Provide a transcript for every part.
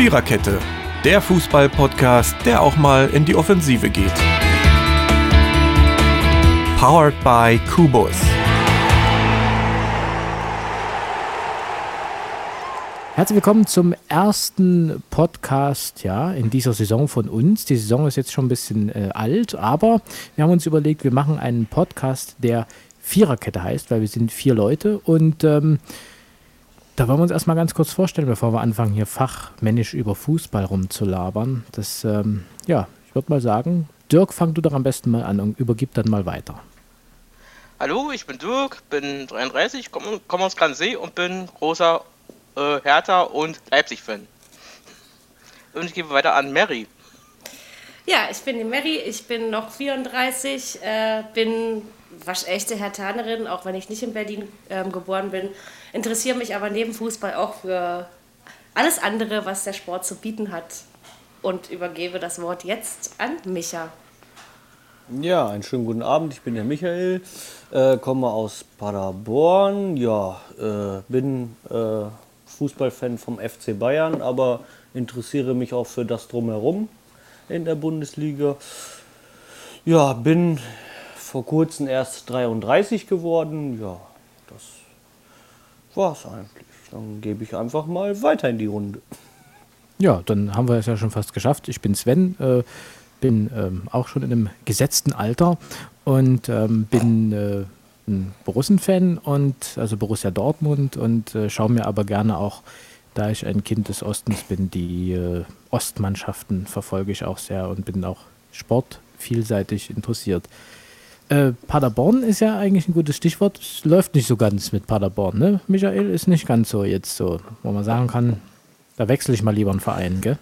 Viererkette, der Fußball-Podcast, der auch mal in die Offensive geht. Powered by Kubus. Herzlich willkommen zum ersten Podcast in dieser Saison von uns. Die Saison ist jetzt schon ein bisschen alt, aber wir haben uns überlegt, wir machen einen Podcast, der Viererkette heißt, weil wir sind 4 Leute und da wollen wir uns erstmal ganz kurz vorstellen, bevor wir anfangen, hier fachmännisch über Fußball rumzulabern. Ich würde mal sagen, Dirk, fang du doch am besten mal an und übergib dann mal weiter. Hallo, ich bin Dirk, bin 33, komme aus Gransee und bin großer Hertha- und Leipzig-Fan. Und ich gebe weiter an Mary. Ja, ich bin die Mary, ich bin noch 34, bin waschechte Herthanerin, auch wenn ich nicht in Berlin geboren bin. Interessiere mich aber neben Fußball auch für alles andere, was der Sport zu bieten hat. Und übergebe das Wort jetzt an Micha. Ja, einen schönen guten Abend, ich bin der Michael, komme aus Paderborn, bin Fußballfan vom FC Bayern, aber interessiere mich auch für das Drumherum in der Bundesliga. Ja, bin vor kurzem erst 33 geworden, ja, das war's eigentlich. Dann gebe ich einfach mal weiter in die Runde. Ja, dann haben wir es ja schon fast geschafft. Ich bin Sven, bin auch schon in einem gesetzten Alter und bin ein Borussen-Fan, also Borussia Dortmund, und schaue mir aber gerne auch, da ich ein Kind des Ostens bin, die Ostmannschaften verfolge ich auch sehr und bin auch sportvielseitig interessiert. Paderborn ist ja eigentlich ein gutes Stichwort. Es läuft nicht so ganz mit Paderborn, ne? Michael, ist nicht ganz so jetzt so, wo man sagen kann, da wechsle ich mal lieber einen Verein, gell?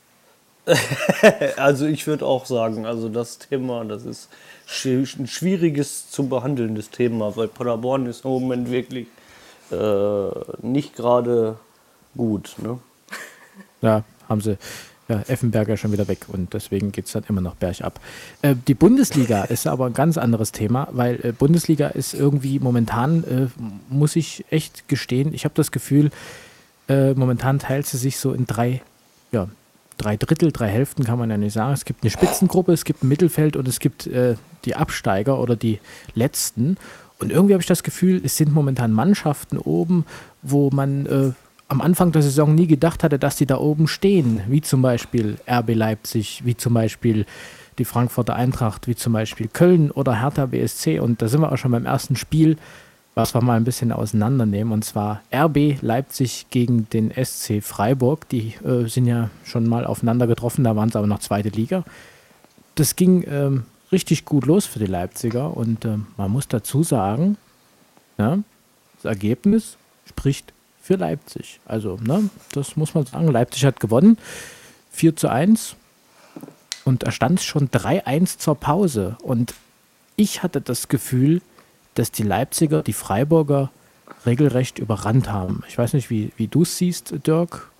Also ich würde auch sagen, also das Thema, das ist ein schwieriges zu behandelndes Thema, weil Paderborn ist im Moment wirklich nicht gerade gut, ne? Ja, haben sie Effenberger schon wieder weg und deswegen geht es dann immer noch bergab. Die Bundesliga ist aber ein ganz anderes Thema, weil Bundesliga ist irgendwie momentan, muss ich echt gestehen, ich habe das Gefühl, momentan teilt sie sich so in 3 Drittel, 3 Hälften kann man ja nicht sagen. Es gibt eine Spitzengruppe, es gibt ein Mittelfeld und es gibt die Absteiger oder die Letzten. Und irgendwie habe ich das Gefühl, es sind momentan Mannschaften oben, wo man am Anfang der Saison nie gedacht hatte, dass die da oben stehen. Wie zum Beispiel RB Leipzig, wie zum Beispiel die Frankfurter Eintracht, wie zum Beispiel Köln oder Hertha BSC. Und da sind wir auch schon beim ersten Spiel, was wir mal ein bisschen auseinandernehmen, und zwar RB Leipzig gegen den SC Freiburg. Die sind ja schon mal aufeinander getroffen, da waren es aber noch 2. Liga. Das ging richtig gut los für die Leipziger und man muss dazu sagen, das Ergebnis spricht für Leipzig. Also, das muss man sagen, Leipzig hat gewonnen, 4:1 und da stand es schon 3:1 zur Pause und ich hatte das Gefühl, dass die Leipziger die Freiburger regelrecht überrannt haben. Ich weiß nicht, wie du es siehst, Dirk.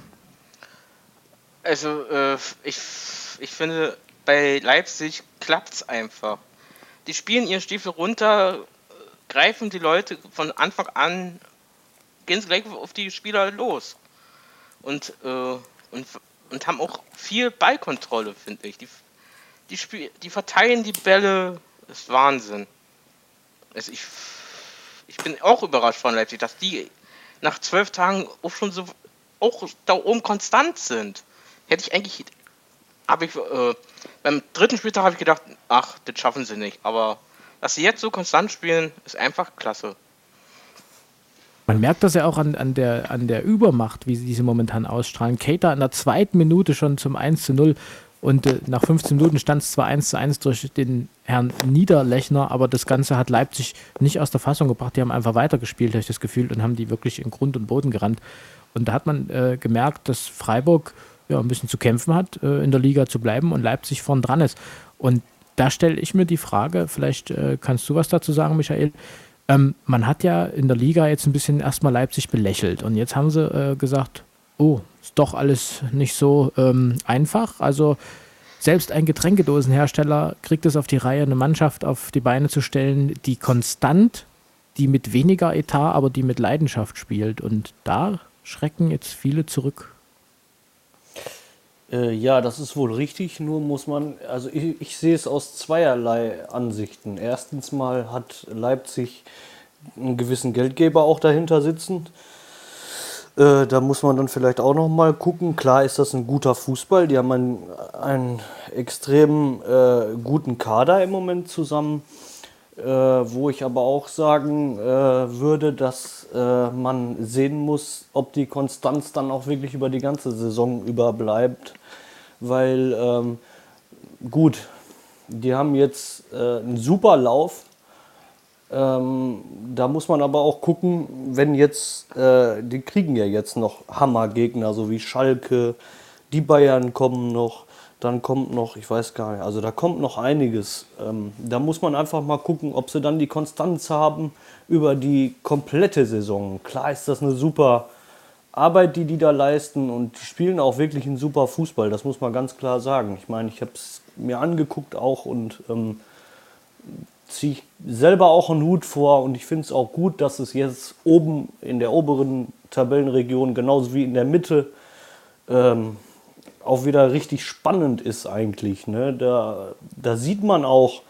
Ich finde, bei Leipzig klappt es einfach. Die spielen ihren Stiefel runter, greifen die Leute von Anfang an, gehen sie gleich auf die Spieler los. Und haben auch viel Ballkontrolle, finde ich. Die verteilen die Bälle, das ist Wahnsinn. Also ich bin auch überrascht von Leipzig, dass die nach 12 Tagen auch schon so auch da oben konstant sind. Beim 3. Spieltag habe ich gedacht, ach, das schaffen sie nicht. Aber dass sie jetzt so konstant spielen, ist einfach klasse. Man merkt das ja auch an der Übermacht, wie sie momentan ausstrahlen. Keita in der 2. Minute schon zum 1:0 und nach 15 Minuten stand es zwar 1:1 durch den Herrn Niederlechner, aber das Ganze hat Leipzig nicht aus der Fassung gebracht. Die haben einfach weitergespielt, habe ich das Gefühl, und haben die wirklich in Grund und Boden gerannt. Und da hat man gemerkt, dass Freiburg ein bisschen zu kämpfen hat, in der Liga zu bleiben und Leipzig vorn dran ist. Und da stelle ich mir die Frage, vielleicht kannst du was dazu sagen, Michael. Man hat ja in der Liga jetzt ein bisschen erstmal Leipzig belächelt und jetzt haben sie gesagt, oh, ist doch alles nicht so einfach. Also selbst ein Getränkedosenhersteller kriegt es auf die Reihe, eine Mannschaft auf die Beine zu stellen, die konstant, die mit weniger Etat, aber die mit Leidenschaft spielt. Und da schrecken jetzt viele zurück. Ja, das ist wohl richtig, nur muss man, also ich sehe es aus zweierlei Ansichten. Erstens mal hat Leipzig einen gewissen Geldgeber auch dahinter sitzen. Da muss man dann vielleicht auch noch mal gucken. Klar ist das ein guter Fußball. Die haben einen extrem guten Kader im Moment zusammen. Wo ich aber auch sagen würde, dass man sehen muss, ob die Konstanz dann auch wirklich über die ganze Saison über bleibt. Weil, gut, die haben jetzt einen super Lauf. Da muss man aber auch gucken, wenn jetzt, die kriegen ja jetzt noch Hammergegner, so wie Schalke, die Bayern kommen noch, dann kommt noch, ich weiß gar nicht, also da kommt noch einiges. Da muss man einfach mal gucken, ob sie dann die Konstanz haben über die komplette Saison. Klar ist das eine super Arbeit, die da leisten, und die spielen auch wirklich einen super Fußball, das muss man ganz klar sagen. Ich meine, ich habe es mir angeguckt auch und ziehe ich selber auch einen Hut vor, und ich finde es auch gut, dass es jetzt oben in der oberen Tabellenregion genauso wie in der Mitte auch wieder richtig spannend ist eigentlich. Ne? Da sieht man auch,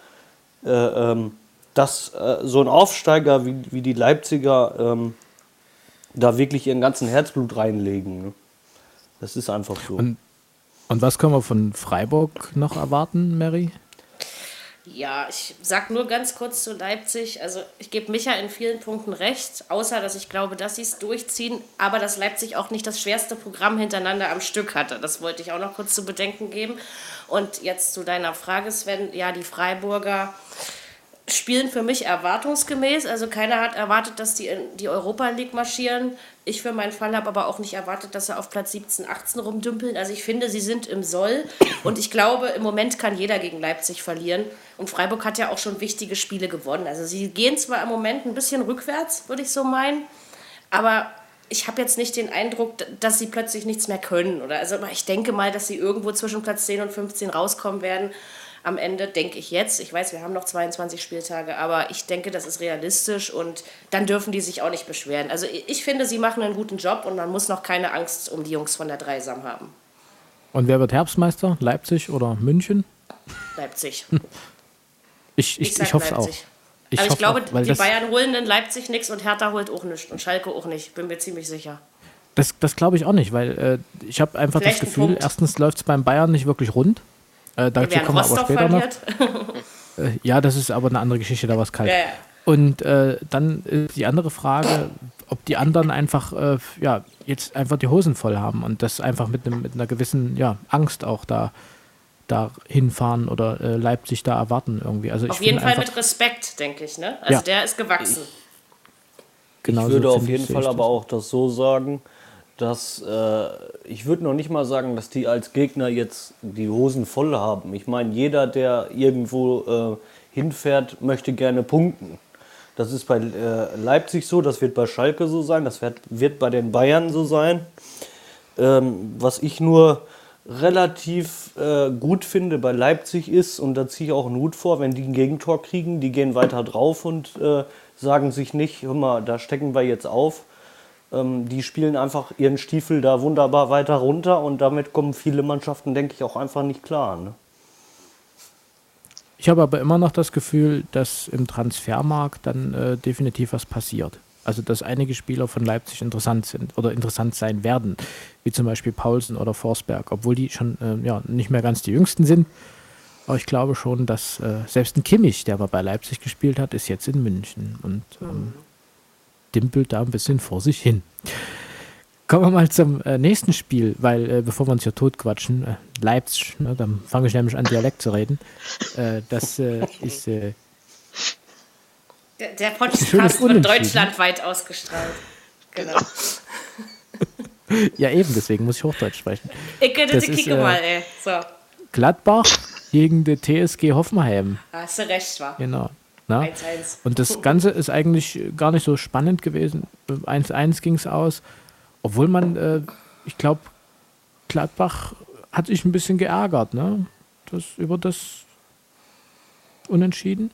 dass so ein Aufsteiger wie die Leipziger da wirklich ihren ganzen Herzblut reinlegen. Ne? Das ist einfach so. Und was können wir von Freiburg noch erwarten, Mary? Ja, ich sag nur ganz kurz zu Leipzig. Also ich gebe Micha in vielen Punkten recht, außer dass ich glaube, dass sie es durchziehen, aber dass Leipzig auch nicht das schwerste Programm hintereinander am Stück hatte. Das wollte ich auch noch kurz zu bedenken geben. Und jetzt zu deiner Frage, Sven. Ja, die Freiburger spielen für mich erwartungsgemäß. Also keiner hat erwartet, dass die in die Europa League marschieren. Ich für meinen Fall habe aber auch nicht erwartet, dass sie auf Platz 17, 18 rumdümpeln. Also ich finde, sie sind im Soll. Und ich glaube, im Moment kann jeder gegen Leipzig verlieren. Und Freiburg hat ja auch schon wichtige Spiele gewonnen. Also sie gehen zwar im Moment ein bisschen rückwärts, würde ich so meinen. Aber ich habe jetzt nicht den Eindruck, dass sie plötzlich nichts mehr können. Also ich denke mal, dass sie irgendwo zwischen Platz 10 und 15 rauskommen werden. Am Ende denke ich jetzt, ich weiß, wir haben noch 22 Spieltage, aber ich denke, das ist realistisch, und dann dürfen die sich auch nicht beschweren. Also ich finde, sie machen einen guten Job, und man muss noch keine Angst um die Jungs von der Dreisam haben. Und wer wird Herbstmeister? Leipzig oder München? Leipzig. Ich hoffe es auch. Aber ich glaube, auch, die Bayern holen in Leipzig nichts und Hertha holt auch nichts und Schalke auch nicht, bin mir ziemlich sicher. Das glaube ich auch nicht, weil ich habe einfach Vielleicht das Gefühl, erstens läuft es beim Bayern nicht wirklich rund. Dazu kommen wir aber später noch. Ja, das ist aber eine andere Geschichte, da war es kalt. Ja. Und dann ist die andere Frage, ob die anderen einfach jetzt einfach die Hosen voll haben und das einfach mit einer gewissen Angst auch da hinfahren oder Leipzig da erwarten irgendwie. Also auf jeden Fall mit Respekt, denke ich. Ne? Also der ist gewachsen. Ich würde auf jeden Fall aber auch das so sagen, dass ich würde noch nicht mal sagen, dass die als Gegner jetzt die Hosen voll haben. Ich meine, jeder, der irgendwo hinfährt, möchte gerne punkten. Das ist bei Leipzig so, das wird bei Schalke so sein, das wird bei den Bayern so sein. Was ich nur relativ gut finde bei Leipzig ist, und da ziehe ich auch einen Hut vor, wenn die ein Gegentor kriegen, die gehen weiter drauf und sagen sich nicht, hör mal, da stecken wir jetzt auf. Die spielen einfach ihren Stiefel da wunderbar weiter runter, und damit kommen viele Mannschaften, denke ich, auch einfach nicht klar. Ne? Ich habe aber immer noch das Gefühl, dass im Transfermarkt dann definitiv was passiert. Also dass einige Spieler von Leipzig interessant sind oder interessant sein werden, wie zum Beispiel Paulsen oder Forsberg, obwohl die schon nicht mehr ganz die Jüngsten sind. Aber ich glaube schon, dass selbst ein Kimmich, der aber bei Leipzig gespielt hat, ist jetzt in München und dimpelt da ein bisschen vor sich hin. Kommen wir mal zum nächsten Spiel, weil bevor wir uns hier totquatschen, Leipzig, dann fange ich nämlich an, Dialekt zu reden. Das ist der Podcast wird deutschlandweit ausgestrahlt. Genau. Ja, eben, deswegen muss ich Hochdeutsch sprechen. Ich kicke mal, ey. So. Gladbach gegen die TSG Hoffenheim. Hast du recht, wa? Genau. 1-1. Und das Ganze ist eigentlich gar nicht so spannend gewesen. 1-1 ging es aus. Obwohl man, ich glaube, Gladbach hat sich ein bisschen geärgert, ne? Über das Unentschieden.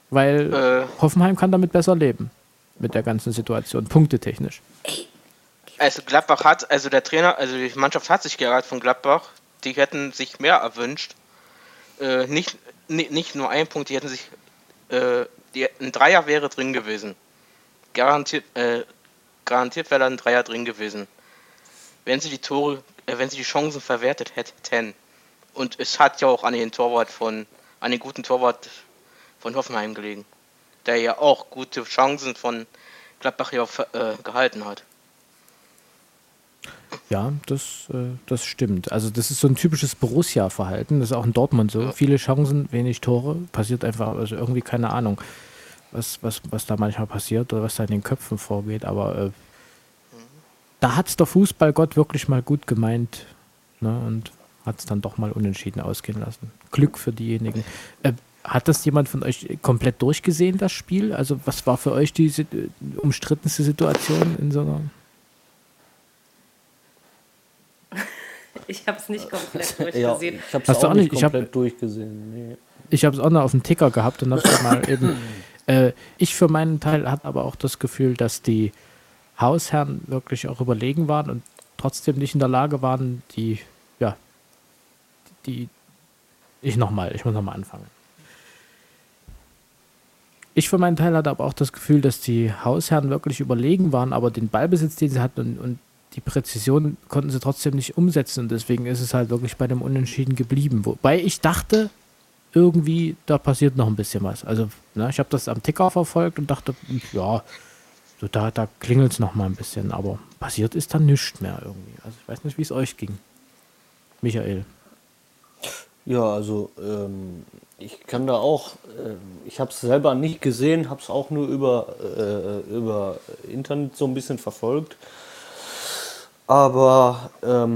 Weil Hoffenheim kann damit besser leben. Mit der ganzen Situation, punktetechnisch. Ey, Also Gladbach hat, also der Trainer, also die Mannschaft hat sich geärgert von Gladbach. Die hätten sich mehr erwünscht. Nicht nur ein Punkt, die hätten sich, ein Dreier wäre drin gewesen. Garantiert wäre da ein Dreier drin gewesen. Wenn sie die Chancen verwertet hätten. Und es hat ja auch an den guten Torwart von Hoffenheim gelegen, der ja auch gute Chancen von Gladbach hier gehalten hat. Ja, das stimmt. Also das ist so ein typisches Borussia-Verhalten. Das ist auch in Dortmund so. Viele Chancen, wenig Tore. Passiert einfach, also irgendwie keine Ahnung, was da manchmal passiert oder was da in den Köpfen vorgeht. Aber da hat es der Fußballgott wirklich mal gut gemeint, ne, und hat es dann doch mal unentschieden ausgehen lassen. Glück für diejenigen. Hat das jemand von euch komplett durchgesehen, das Spiel? Also was war für euch die umstrittenste Situation in so einer... Ich habe es nicht komplett durchgesehen. Ja, ich habe es Hast du auch auch nicht nicht? komplett durchgesehen. Nee. Ich habe es auch noch auf dem Ticker gehabt und habe mal eben. Ich für meinen Teil hatte aber auch das Gefühl, dass die Hausherren wirklich auch überlegen waren und trotzdem nicht in der Lage waren, ich muss nochmal anfangen. Ich für meinen Teil hatte aber auch das Gefühl, dass die Hausherren wirklich überlegen waren, aber den Ballbesitz, den sie hatten und die Präzision konnten sie trotzdem nicht umsetzen und deswegen ist es halt wirklich bei dem Unentschieden geblieben. Wobei ich dachte, irgendwie, da passiert noch ein bisschen was. Also, ich habe das am Ticker verfolgt und dachte, ja, so da klingelt es noch mal ein bisschen, aber passiert ist dann nichts mehr irgendwie. Also ich weiß nicht, wie es euch ging. Michael. Ja, also ich kann da auch, ich habe es selber nicht gesehen, habe es auch nur über Internet so ein bisschen verfolgt. Aber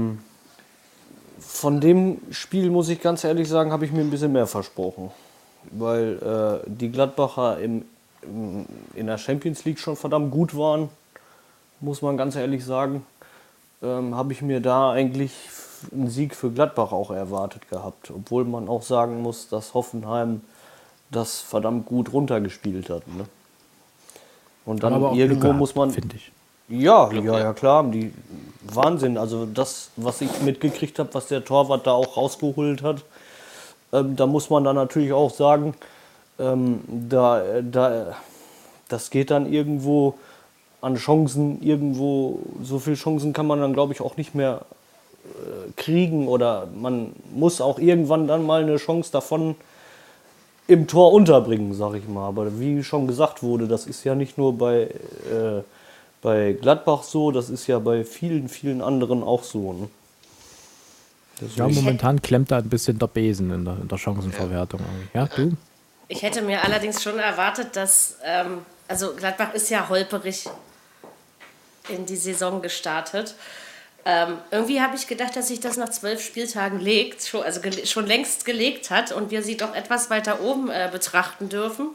von dem Spiel, muss ich ganz ehrlich sagen, habe ich mir ein bisschen mehr versprochen. Weil die Gladbacher in der Champions League schon verdammt gut waren, muss man ganz ehrlich sagen. Habe ich mir da eigentlich einen Sieg für Gladbach auch erwartet gehabt. Obwohl man auch sagen muss, dass Hoffenheim das verdammt gut runtergespielt hat. Ne? Und dann aber auch irgendwo Glück muss man... finde ich. Ja, klar, die Wahnsinn. Also das, was ich mitgekriegt habe, was der Torwart da auch rausgeholt hat, da muss man dann natürlich auch sagen, das geht dann irgendwo an Chancen, so viele Chancen kann man dann, glaube ich, auch nicht mehr kriegen oder man muss auch irgendwann dann mal eine Chance davon im Tor unterbringen, sag ich mal. Aber wie schon gesagt wurde, das ist ja nicht nur bei Gladbach so, das ist ja bei vielen, vielen anderen auch so. Ne? Ja, momentan klemmt da ein bisschen der Besen in der Chancenverwertung. Ja, du? Ich hätte mir allerdings schon erwartet, dass, also Gladbach ist ja holperig in die Saison gestartet. Irgendwie habe ich gedacht, dass sich das nach 12 Spieltagen legt, schon längst gelegt hat und wir sie doch etwas weiter oben betrachten dürfen.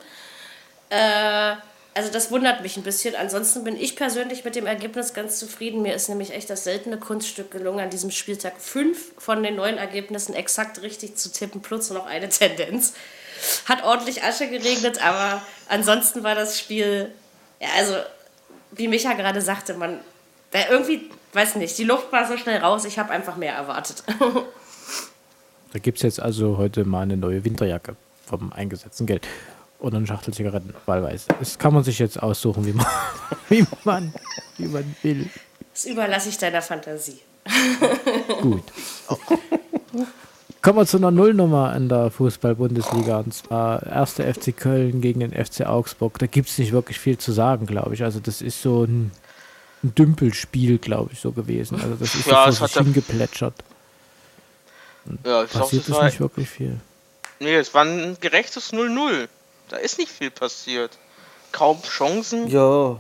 Also das wundert mich ein bisschen. Ansonsten bin ich persönlich mit dem Ergebnis ganz zufrieden. Mir ist nämlich echt das seltene Kunststück gelungen, an diesem Spieltag 5 von den 9 Ergebnissen exakt richtig zu tippen, plus noch eine Tendenz. Hat ordentlich Asche geregnet, aber ansonsten war das Spiel, ja, also wie Micha gerade sagte, irgendwie, weiß nicht, die Luft war so schnell raus, ich habe einfach mehr erwartet. Da gibt es jetzt also heute mal eine neue Winterjacke vom eingesetzten Geld. Oder eine Schachtel Zigaretten, wahlweise. Das kann man sich jetzt aussuchen, wie man will. Das überlasse ich deiner Fantasie. Gut. Kommen wir zu einer Nullnummer in der Fußball-Bundesliga. Und zwar 1. FC Köln gegen den FC Augsburg. Da gibt es nicht wirklich viel zu sagen, glaube ich. Also das ist so ein Dümpelspiel, glaube ich, so gewesen. Also das ist so vor sich hingeplätschert. Ja, ich passiert ist nicht wirklich viel. Nee, es war ein gerechtes 0-0. Da ist nicht viel passiert. Kaum Chancen. Ja.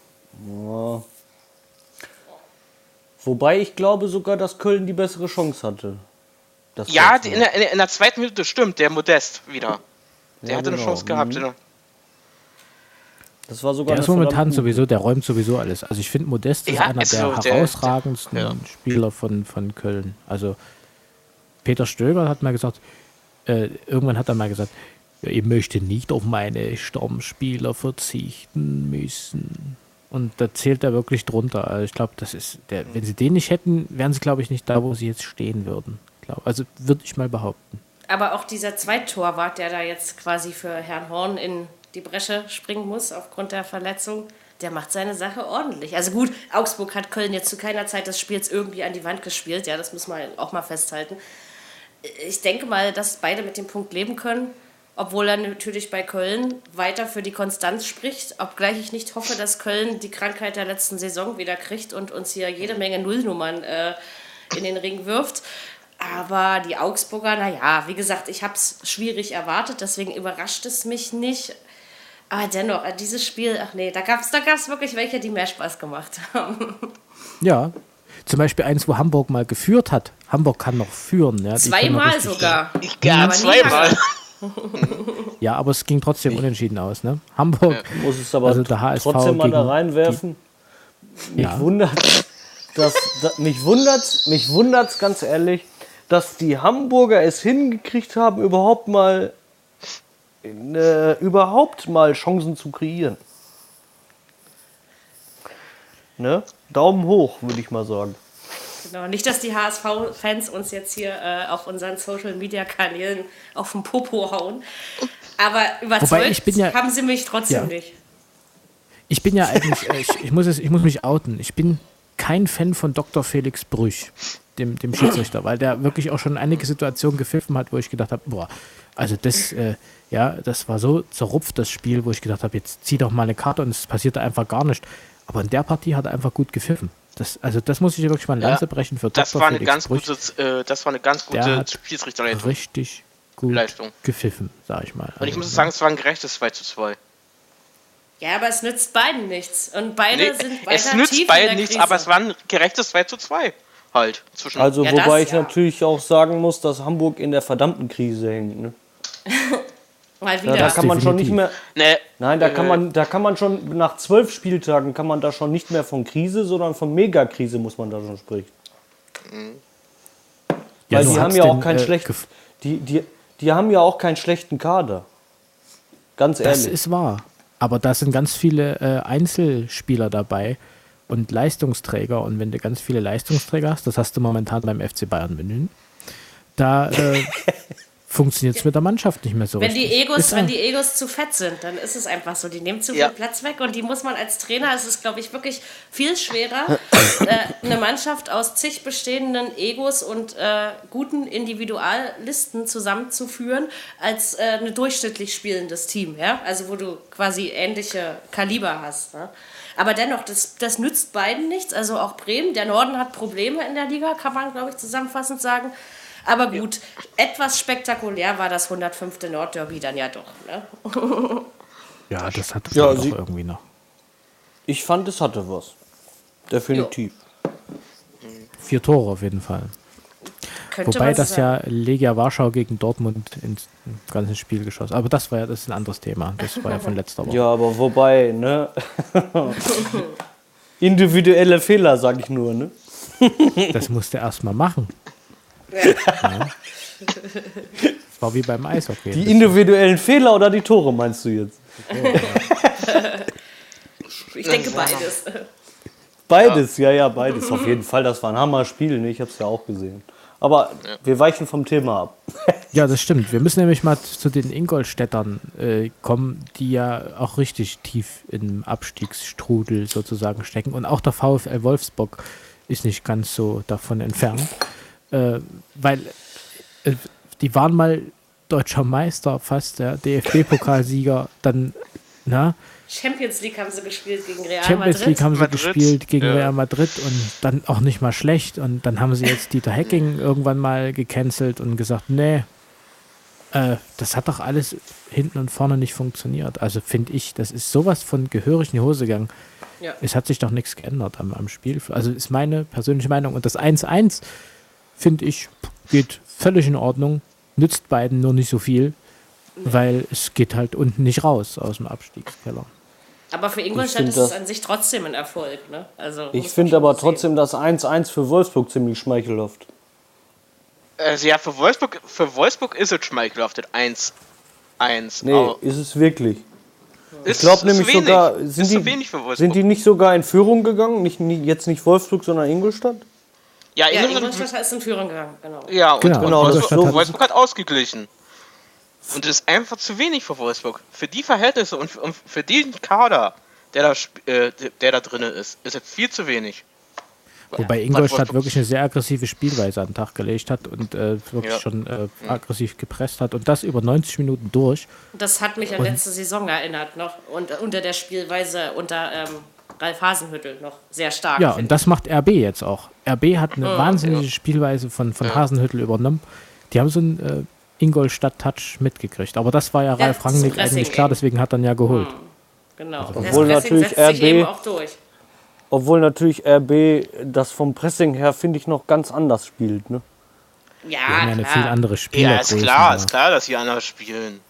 Wobei ich glaube sogar, dass Köln die bessere Chance hatte. Ja, in der zweiten Minute stimmt, der Modest wieder. Der hatte eine Chance gehabt. Mhm. Das war sogar der ist momentan sowieso, der räumt sowieso alles. Also ich finde, Modest ist einer der herausragendsten Spieler von Köln. Also Peter Stöger hat mal gesagt, irgendwann hat er mal gesagt, ja, ich möchte nicht auf meine Stammspieler verzichten müssen. Und da zählt er wirklich drunter. Also ich glaube, wenn sie den nicht hätten, wären sie, glaube ich, nicht da, wo sie jetzt stehen würden. Also würde ich mal behaupten. Aber auch dieser Zweittorwart, der da jetzt quasi für Herrn Horn in die Bresche springen muss, aufgrund der Verletzung, der macht seine Sache ordentlich. Also gut, Augsburg hat Köln jetzt zu keiner Zeit des Spiels irgendwie an die Wand gespielt. Ja, das muss man auch mal festhalten. Ich denke mal, dass beide mit dem Punkt leben können, obwohl er natürlich bei Köln weiter für die Konstanz spricht, obgleich ich nicht hoffe, dass Köln die Krankheit der letzten Saison wieder kriegt und uns hier jede Menge Nullnummern in den Ring wirft. Aber die Augsburger, naja, wie gesagt, ich habe es schwierig erwartet, deswegen überrascht es mich nicht. Aber dennoch, dieses Spiel, ach nee, da gab's wirklich welche, die mehr Spaß gemacht haben. Ja, zum Beispiel eins, wo Hamburg mal geführt hat. Hamburg kann noch führen. Ja, zweimal sogar. Zweimal. Ja, aber es ging trotzdem unentschieden aus. Ne? Hamburg, muss es aber also der HSV trotzdem mal da reinwerfen. Mich wundert's ganz ehrlich, dass die Hamburger es hingekriegt haben, überhaupt mal Chancen zu kreieren. Ne? Daumen hoch, würde ich mal sagen. Genau, nicht, dass die HSV-Fans uns jetzt hier auf unseren Social-Media-Kanälen auf den Popo hauen. Aber überzeugt haben sie mich trotzdem nicht. Ich bin ja eigentlich, ich muss mich outen. Ich bin kein Fan von Dr. Felix Brüch, dem Schiedsrichter, weil der wirklich auch schon einige Situationen gepfiffen hat, wo ich gedacht habe, boah, also das war so zerrupft, das Spiel, wo ich gedacht habe, jetzt zieh doch mal eine Karte und es passierte einfach gar nicht. Aber in der Partie hat er einfach gut gepfiffen. Das muss ich wirklich mal eine Lanze brechen für Dr. Felix Brüch. Das war eine ganz gute Schiedsrichterleistung. Richtig gut gepfiffen, sag ich mal. Und ich muss sagen, es war ein gerechtes 2:2. Ja, aber es nützt beiden nichts. Und beide sind weiter es nützt tief beiden in der nichts, Krise. aber es war ein gerechtes 2:2 halt. Also wobei ich natürlich auch sagen muss, dass Hamburg in der verdammten Krise hängt. Ne? Mal wieder. Da kann man schon nicht mehr. Nee. Nein, da kann man schon nach 12 Spieltagen kann man da schon nicht mehr von Krise, sondern von Megakrise muss man da schon sprechen. Ja, weil die haben ja auch keinen schlechten. Die haben ja auch keinen schlechten Kader. Ganz ehrlich. Das ist wahr. Aber da sind ganz viele Einzelspieler dabei und Leistungsträger. Und wenn du ganz viele Leistungsträger hast, das hast du momentan beim FC Bayern München, da funktioniert es mit der Mannschaft nicht mehr so wenn richtig. Wenn die Egos zu fett sind, dann ist es einfach so. Die nehmen zu viel Platz weg und die muss man als Trainer, es ist, glaube ich, wirklich viel schwerer, eine Mannschaft aus zig bestehenden Egos und guten Individuallisten zusammenzuführen, als ein durchschnittlich spielendes Team. Ja? Also wo du quasi ähnliche Kaliber hast. Ne? Aber dennoch, das nützt beiden nichts. Also auch Bremen, der Norden hat Probleme in der Liga, kann man, glaube ich, zusammenfassend sagen. Aber gut, etwas spektakulär war das 105. Nordderby dann ja doch. Ne? Ja, das hat doch irgendwie noch. Ich fand, es hatte was. Definitiv. 4 Tore auf jeden Fall. Wobei das ja Legia Warschau gegen Dortmund ins ganze Spiel geschossen. Aber das ist ein anderes Thema. Das war ja von letzter Woche. Ja, aber wobei, ne? Individuelle Fehler, sag ich nur, ne? Das musste er erst mal machen. Ja. Das war wie beim Eishockey. Die individuellen Fehler oder die Tore meinst du jetzt? Ich denke beides. Beides, ja, beides. Auf jeden Fall, das war ein Hammer-Spiel, ne? Ich hab's ja auch gesehen. Aber wir weichen vom Thema ab. Ja, das stimmt. Wir müssen nämlich mal zu den Ingolstädtern kommen, die ja auch richtig tief im Abstiegsstrudel sozusagen stecken. Und auch der VfL Wolfsburg ist nicht ganz so davon entfernt. Weil die waren mal deutscher Meister, fast der DFB-Pokalsieger, dann, Champions League haben sie gespielt gegen Real Madrid. Champions League haben sie gespielt gegen Real Madrid und dann auch nicht mal schlecht. Und dann haben sie jetzt Dieter Hecking irgendwann mal gecancelt und gesagt, nee, das hat doch alles hinten und vorne nicht funktioniert. Also finde ich, das ist sowas von gehörig in die Hose gegangen. Ja. Es hat sich doch nichts geändert am Spiel. Also ist meine persönliche Meinung. Und das 1:1 finde ich, geht völlig in Ordnung, nützt beiden nur nicht so viel, weil es geht halt unten nicht raus aus dem Abstiegskeller. Aber für Ingolstadt ist es an sich trotzdem ein Erfolg. Ne? Also, ich finde aber trotzdem das 1:1 für Wolfsburg ziemlich schmeichelhaft. Ja, für Wolfsburg ist es schmeichelhaft, das 1:1. Nee, ist es wirklich. Ich glaube nämlich zu wenig. sogar, Ist zu wenig für Wolfsburg. sind die nicht sogar in Führung gegangen? Jetzt nicht Wolfsburg, sondern Ingolstadt? Ja, Ja, Ingolstadt Ingolstadt ist in Führung gegangen, genau. Ja, und, Genau, und Ingolstadt hat- Wolfsburg hat ausgeglichen. Und das ist einfach zu wenig für Wolfsburg. Für die Verhältnisse und für den Kader, der da drin ist es viel zu wenig. Wobei Ingolstadt wirklich eine sehr aggressive Spielweise an den Tag gelegt hat und wirklich schon aggressiv gepresst hat und das über 90 Minuten durch. Das hat mich an letzte Saison erinnert noch und unter der Spielweise unter Ralf Hasenhüttl noch sehr stark. Ja, finde und das macht RB jetzt auch. RB hat eine wahnsinnige Spielweise von Hasenhüttl übernommen. Die haben so einen Ingolstadt-Touch mitgekriegt. Aber das war ja Ja, Ralf das Rangnick Pressing eigentlich klar, eben. deswegen hat er ihn ja geholt. ich. Genau. Also Das obwohl Pressing natürlich setzt sich RB eben auch durch. Obwohl natürlich RB das vom Pressing her, finde ich, noch ganz anders spielt. Ne? Die haben ja eine viel klar. andere Ja, Spielergröße. ist klar, dass die anders spielen.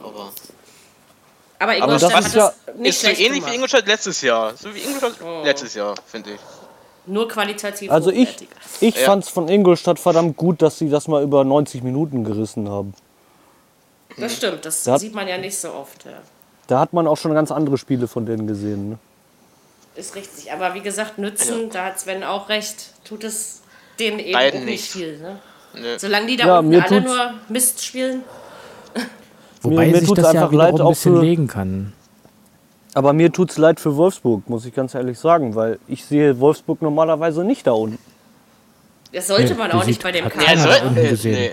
Aber das Ingolstadt ist hat ja- das nicht Ist so schlecht ähnlich wie gemacht. Ingolstadt letztes Jahr. So wie Ingolstadt letztes Jahr, finde ich. Nur qualitativ Also hochwertiger. ich Ja. fand es von Ingolstadt verdammt gut, dass sie das mal über 90 Minuten gerissen haben. Das stimmt, das Da- sieht man ja nicht so oft. Ja. Da hat man auch schon ganz andere Spiele von denen gesehen. Ne? Ist richtig. Aber wie gesagt, nützen, da hat Sven auch recht, tut es denen eben Beiden auch nicht nicht. viel. Ne? Nö. Solange die da Ja, unten mir alle tut's- nur Mist spielen. Wobei mir sich tut's das ja einfach wiederum leid ein auch bisschen für- legen kann. Aber mir tut es leid für Wolfsburg, muss ich ganz ehrlich sagen, weil ich sehe Wolfsburg normalerweise nicht da unten. Das sollte Nee, man die auch nicht sieht- bei dem hat Kader. keiner Also, da unten gesehen.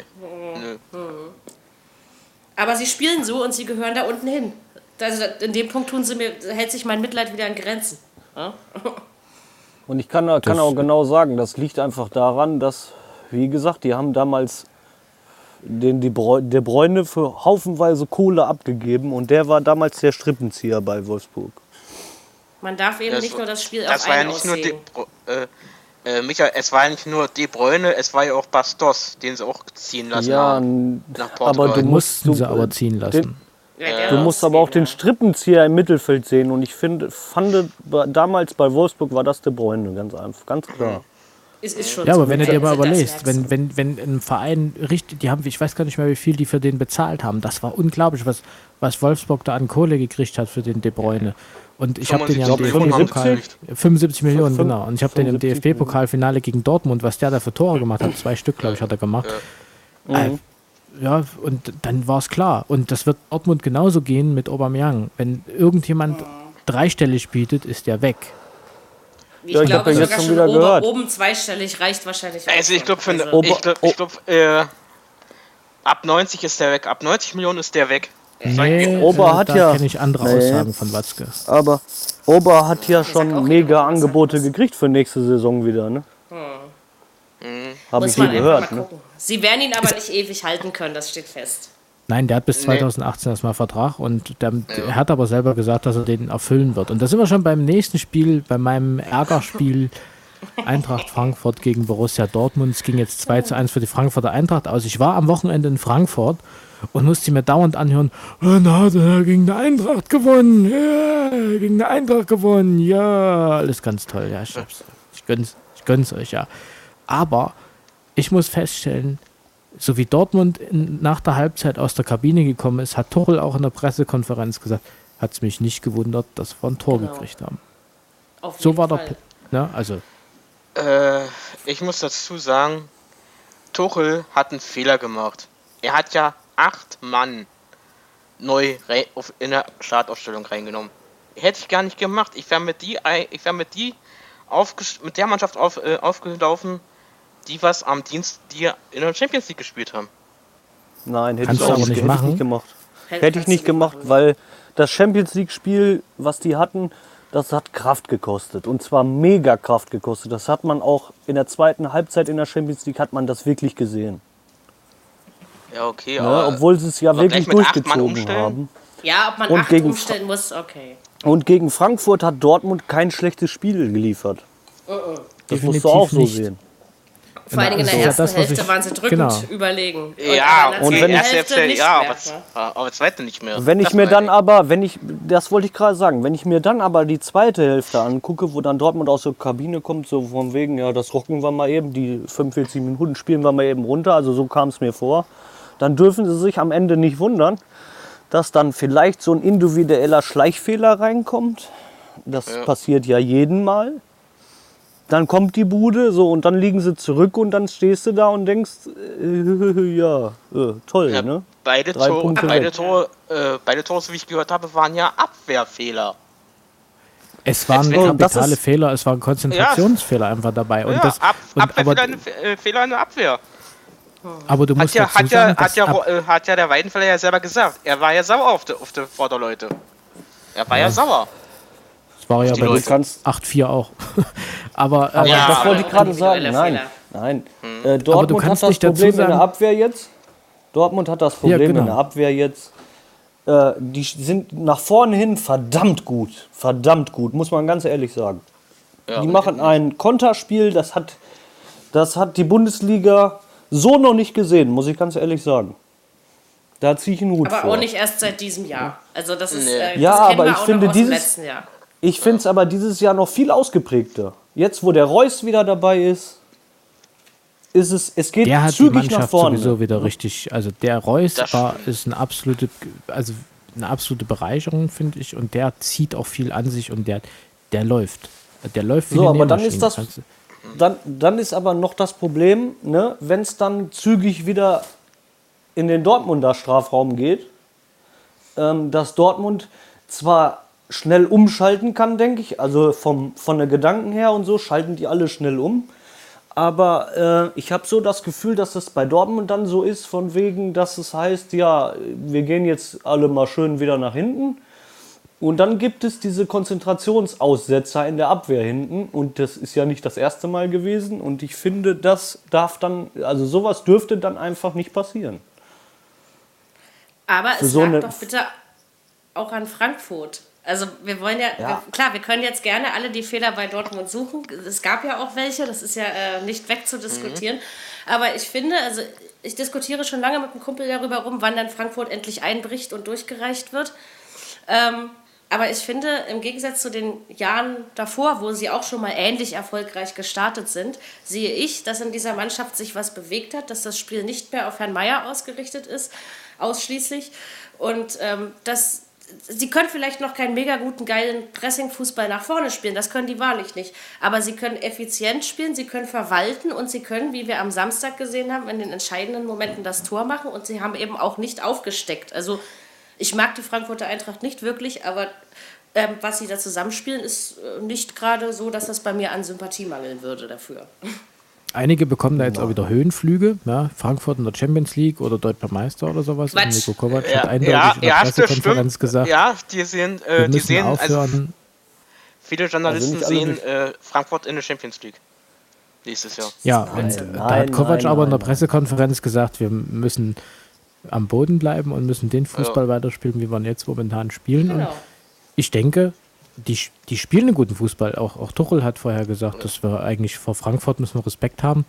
Aber sie spielen so und sie gehören da unten hin. Also in dem Punkt hält sich mein Mitleid wieder an Grenzen. Ja? Und ich kann auch genau sagen, das liegt einfach daran, dass, wie gesagt, die haben damals den De Bruyne für haufenweise Kohle abgegeben und der war damals der Strippenzieher bei Wolfsburg. Man darf eben Das- nicht nur das Spiel Das auf war ja einen nicht nur auslegen. Michael, es war ja nicht nur De Bruyne, es war ja auch Bastos, den sie auch ziehen lassen Ja, haben. Nach aber Portugal. du musst Mussten sie aber ziehen lassen. Ja, der Du muss musst aber auch gehen, den Strippenzieher im Mittelfeld sehen und ich fand damals bei Wolfsburg war das De Bruyne, ganz einfach, ganz klar. Ist schon Ja, so. aber wenn du dir mal Das überlegst, merkst du. wenn ein Verein richtig, die haben, ich weiß gar nicht mehr, wie viel die für den bezahlt haben. Das war unglaublich, was Wolfsburg da an Kohle gekriegt hat für den De Bruyne. Und ich habe den ja im 75 Millionen haben sie DFB-Pokal, gekriegt. 75 Millionen, genau. Und ich habe den im 75 DFB-Pokalfinale gegen Dortmund, was der da für Tore gemacht hat, 2 Stück, glaube ich, hat er gemacht. Ja, und dann war es klar. Und das wird Dortmund genauso gehen mit Aubameyang. Wenn irgendjemand dreistellig bietet, ist der weg. Ich Ja, ich hab glaube ja jetzt sogar schon schon wieder gehört. oben zweistellig reicht wahrscheinlich auch Also ich schon. glaube, ab 90 ist der weg. Ab 90 Millionen ist der weg. Nee, Ober hat da ja- kenne ich andere Nee. Aussagen von Watzke. Aber Ober hat ja auch schon jeder, mega was er Angebote muss. gekriegt für nächste Saison wieder, ne? Habe ich Muss hier man einfach gehört, mal ne? gucken. Sie werden ihn aber nicht ewig halten können, das steht fest. Nein, der hat bis 2018 erstmal Vertrag und er hat aber selber gesagt, dass er den erfüllen wird. Und da sind wir schon beim nächsten Spiel, bei meinem Ärgerspiel Eintracht Frankfurt gegen Borussia Dortmund. Es ging jetzt 2:1 für die Frankfurter Eintracht aus. Ich war am Wochenende in Frankfurt und musste mir dauernd anhören, na, hat er gegen die Eintracht gewonnen, ja, gegen die Eintracht gewonnen, ja, alles ganz toll, ja, ich gönn's euch, ja. Aber ich muss feststellen, so wie Dortmund nach der Halbzeit aus der Kabine gekommen ist, hat Tuchel auch in der Pressekonferenz gesagt, hat es mich nicht gewundert, dass wir ein Tor Genau. gekriegt haben. Auf So jeden war Fall. also Ich muss dazu sagen, Tuchel hat einen Fehler gemacht. Er hat ja 8 Mann neu in der Startaufstellung reingenommen. Hätte ich gar nicht gemacht. Ich wäre mit der Mannschaft aufgelaufen, die was am Dienst, die in der Champions League gespielt haben. Nein, hätte Kannst ich du auch aber nicht, nicht hätte ich machen. nicht gemacht. Hätte Hätte ich nicht gemacht, weil das Champions League-Spiel, was die hatten, das hat Kraft gekostet. Und zwar mega Kraft gekostet. Das hat man auch in der zweiten Halbzeit in der Champions League hat man das wirklich gesehen. Ja, okay, Ne? aber Obwohl sie es ja aber wirklich gleich mit 8 Mann durchgezogen umstellen? haben. Ja, ob man Und 8 gegen umstellen muss, okay. Und gegen Frankfurt hat Dortmund kein schlechtes Spiel geliefert. Das Definitiv musst du auch so nicht. sehen. Vor allen Dingen in der Also, ersten das, was Hälfte ich- waren sie drückend genau. überlegen. ja, in der und zweiten wenn ich- Hälfte nicht ja, mehr, ne? aber zweite nicht mehr. Wenn ich Das mir dann meine aber, das wollte ich gerade sagen, wenn ich mir dann aber die zweite Hälfte angucke, wo dann Dortmund aus der Kabine kommt, so von wegen, ja, das rocken wir mal eben, die 45 Minuten spielen wir mal eben runter, also so kam es mir vor, dann dürfen sie sich am Ende nicht wundern, dass dann vielleicht so ein individueller Schleichfehler reinkommt. Das passiert ja jeden Mal. Dann kommt die Bude, so, und dann liegen sie zurück und dann stehst du da und denkst, toll, Ja, ne? beide 3 Tore, Punkte beide weg. Tore, so wie ich gehört habe, waren ja Abwehrfehler. Es waren das kapitale ist- Fehler, es waren Konzentrationsfehler einfach dabei. Und Ja, das, Fehler in der Abwehr. aber du musst dazu sagen, dass Hat ja der Weidenfeller ja selber gesagt. Er war ja sauer auf die Vorderleute. Er war ja sauer. das war ja die bei Leute. 8-4 auch. aber Ja, das aber wollte ich gerade sagen. individuelle Nein, Fehler. Dortmund hat kannst das nicht dazu Problem in sagen- der Abwehr jetzt. Dortmund hat das Problem genau. in der Abwehr jetzt. Die sind nach vorne hin verdammt gut. Verdammt gut, muss man ganz ehrlich sagen. Ja, Die machen ein Konterspiel, das hat die Bundesliga so noch nicht gesehen, muss ich ganz ehrlich sagen. Da ziehe ich einen Hut Aber vor. auch nicht erst seit diesem Jahr. Also das ist, Nee. Ja, das kennen aber wir ich auch finde noch aus dem dieses- letzten Jahr. Ich finde es aber dieses Jahr noch viel ausgeprägter. Jetzt, wo der Reus wieder dabei ist, es geht der hat die zügig nach Mannschaft vorne. sowieso wieder richtig. Also der Reus Das ist eine absolute Bereicherung, finde ich. Und der zieht auch viel an sich und der läuft. Der läuft wie So, eine aber dann Nähmaschine. ist dann ist aber noch das Problem, ne, wenn es dann zügig wieder in den Dortmunder Strafraum geht, dass Dortmund zwar schnell umschalten kann, denke ich, also von den Gedanken her und so schalten die alle schnell um, aber ich habe so das Gefühl, dass es bei Dortmund dann so ist, von wegen, dass es heißt, ja, wir gehen jetzt alle mal schön wieder nach hinten. Und dann gibt es diese Konzentrationsaussetzer in der Abwehr hinten. Und das ist ja nicht das erste Mal gewesen. Und ich finde, das darf dann, also sowas dürfte dann einfach nicht passieren. Aber es so lag eine- doch bitte auch an Frankfurt. Also wir wollen Ja. klar, wir können jetzt gerne alle die Fehler bei Dortmund suchen. Es gab ja auch welche, das ist ja nicht wegzudiskutieren. Aber ich finde, also ich diskutiere schon lange mit einem Kumpel darüber rum, wann dann Frankfurt endlich einbricht und durchgereicht wird. Aber ich finde, im Gegensatz zu den Jahren davor, wo sie auch schon mal ähnlich erfolgreich gestartet sind, sehe ich, dass in dieser Mannschaft sich was bewegt hat, dass das Spiel nicht mehr auf Herrn Meier ausgerichtet ist, ausschließlich. Und sie können vielleicht noch keinen mega guten, geilen Pressing-Fußball nach vorne spielen, das können die wahrlich nicht. Aber sie können effizient spielen, sie können verwalten und sie können, wie wir am Samstag gesehen haben, in den entscheidenden Momenten das Tor machen und sie haben eben auch nicht aufgesteckt. Also ich mag die Frankfurter Eintracht nicht wirklich, aber was sie da zusammenspielen, ist nicht gerade so, dass das bei mir an Sympathie mangeln würde dafür. Einige bekommen da jetzt auch wieder Höhenflüge. Ja? Frankfurt in der Champions League oder Deutscher Meister oder sowas. Und Quatsch. Nico Kovac hat eindeutig in der Pressekonferenz gesagt, Ja, die sehen, wir müssen also aufhören. viele Journalisten Also nicht alle sehen Frankfurt in der Champions League nächstes Jahr. Ja, und da hat Kovac aber in der nein. Pressekonferenz gesagt, wir müssen am Boden bleiben und müssen den Fußball weiterspielen, wie wir ihn jetzt momentan spielen. Und Genau. ich denke, die spielen einen guten Fußball. Auch Tuchel hat vorher gesagt, dass wir eigentlich vor Frankfurt müssen wir Respekt haben.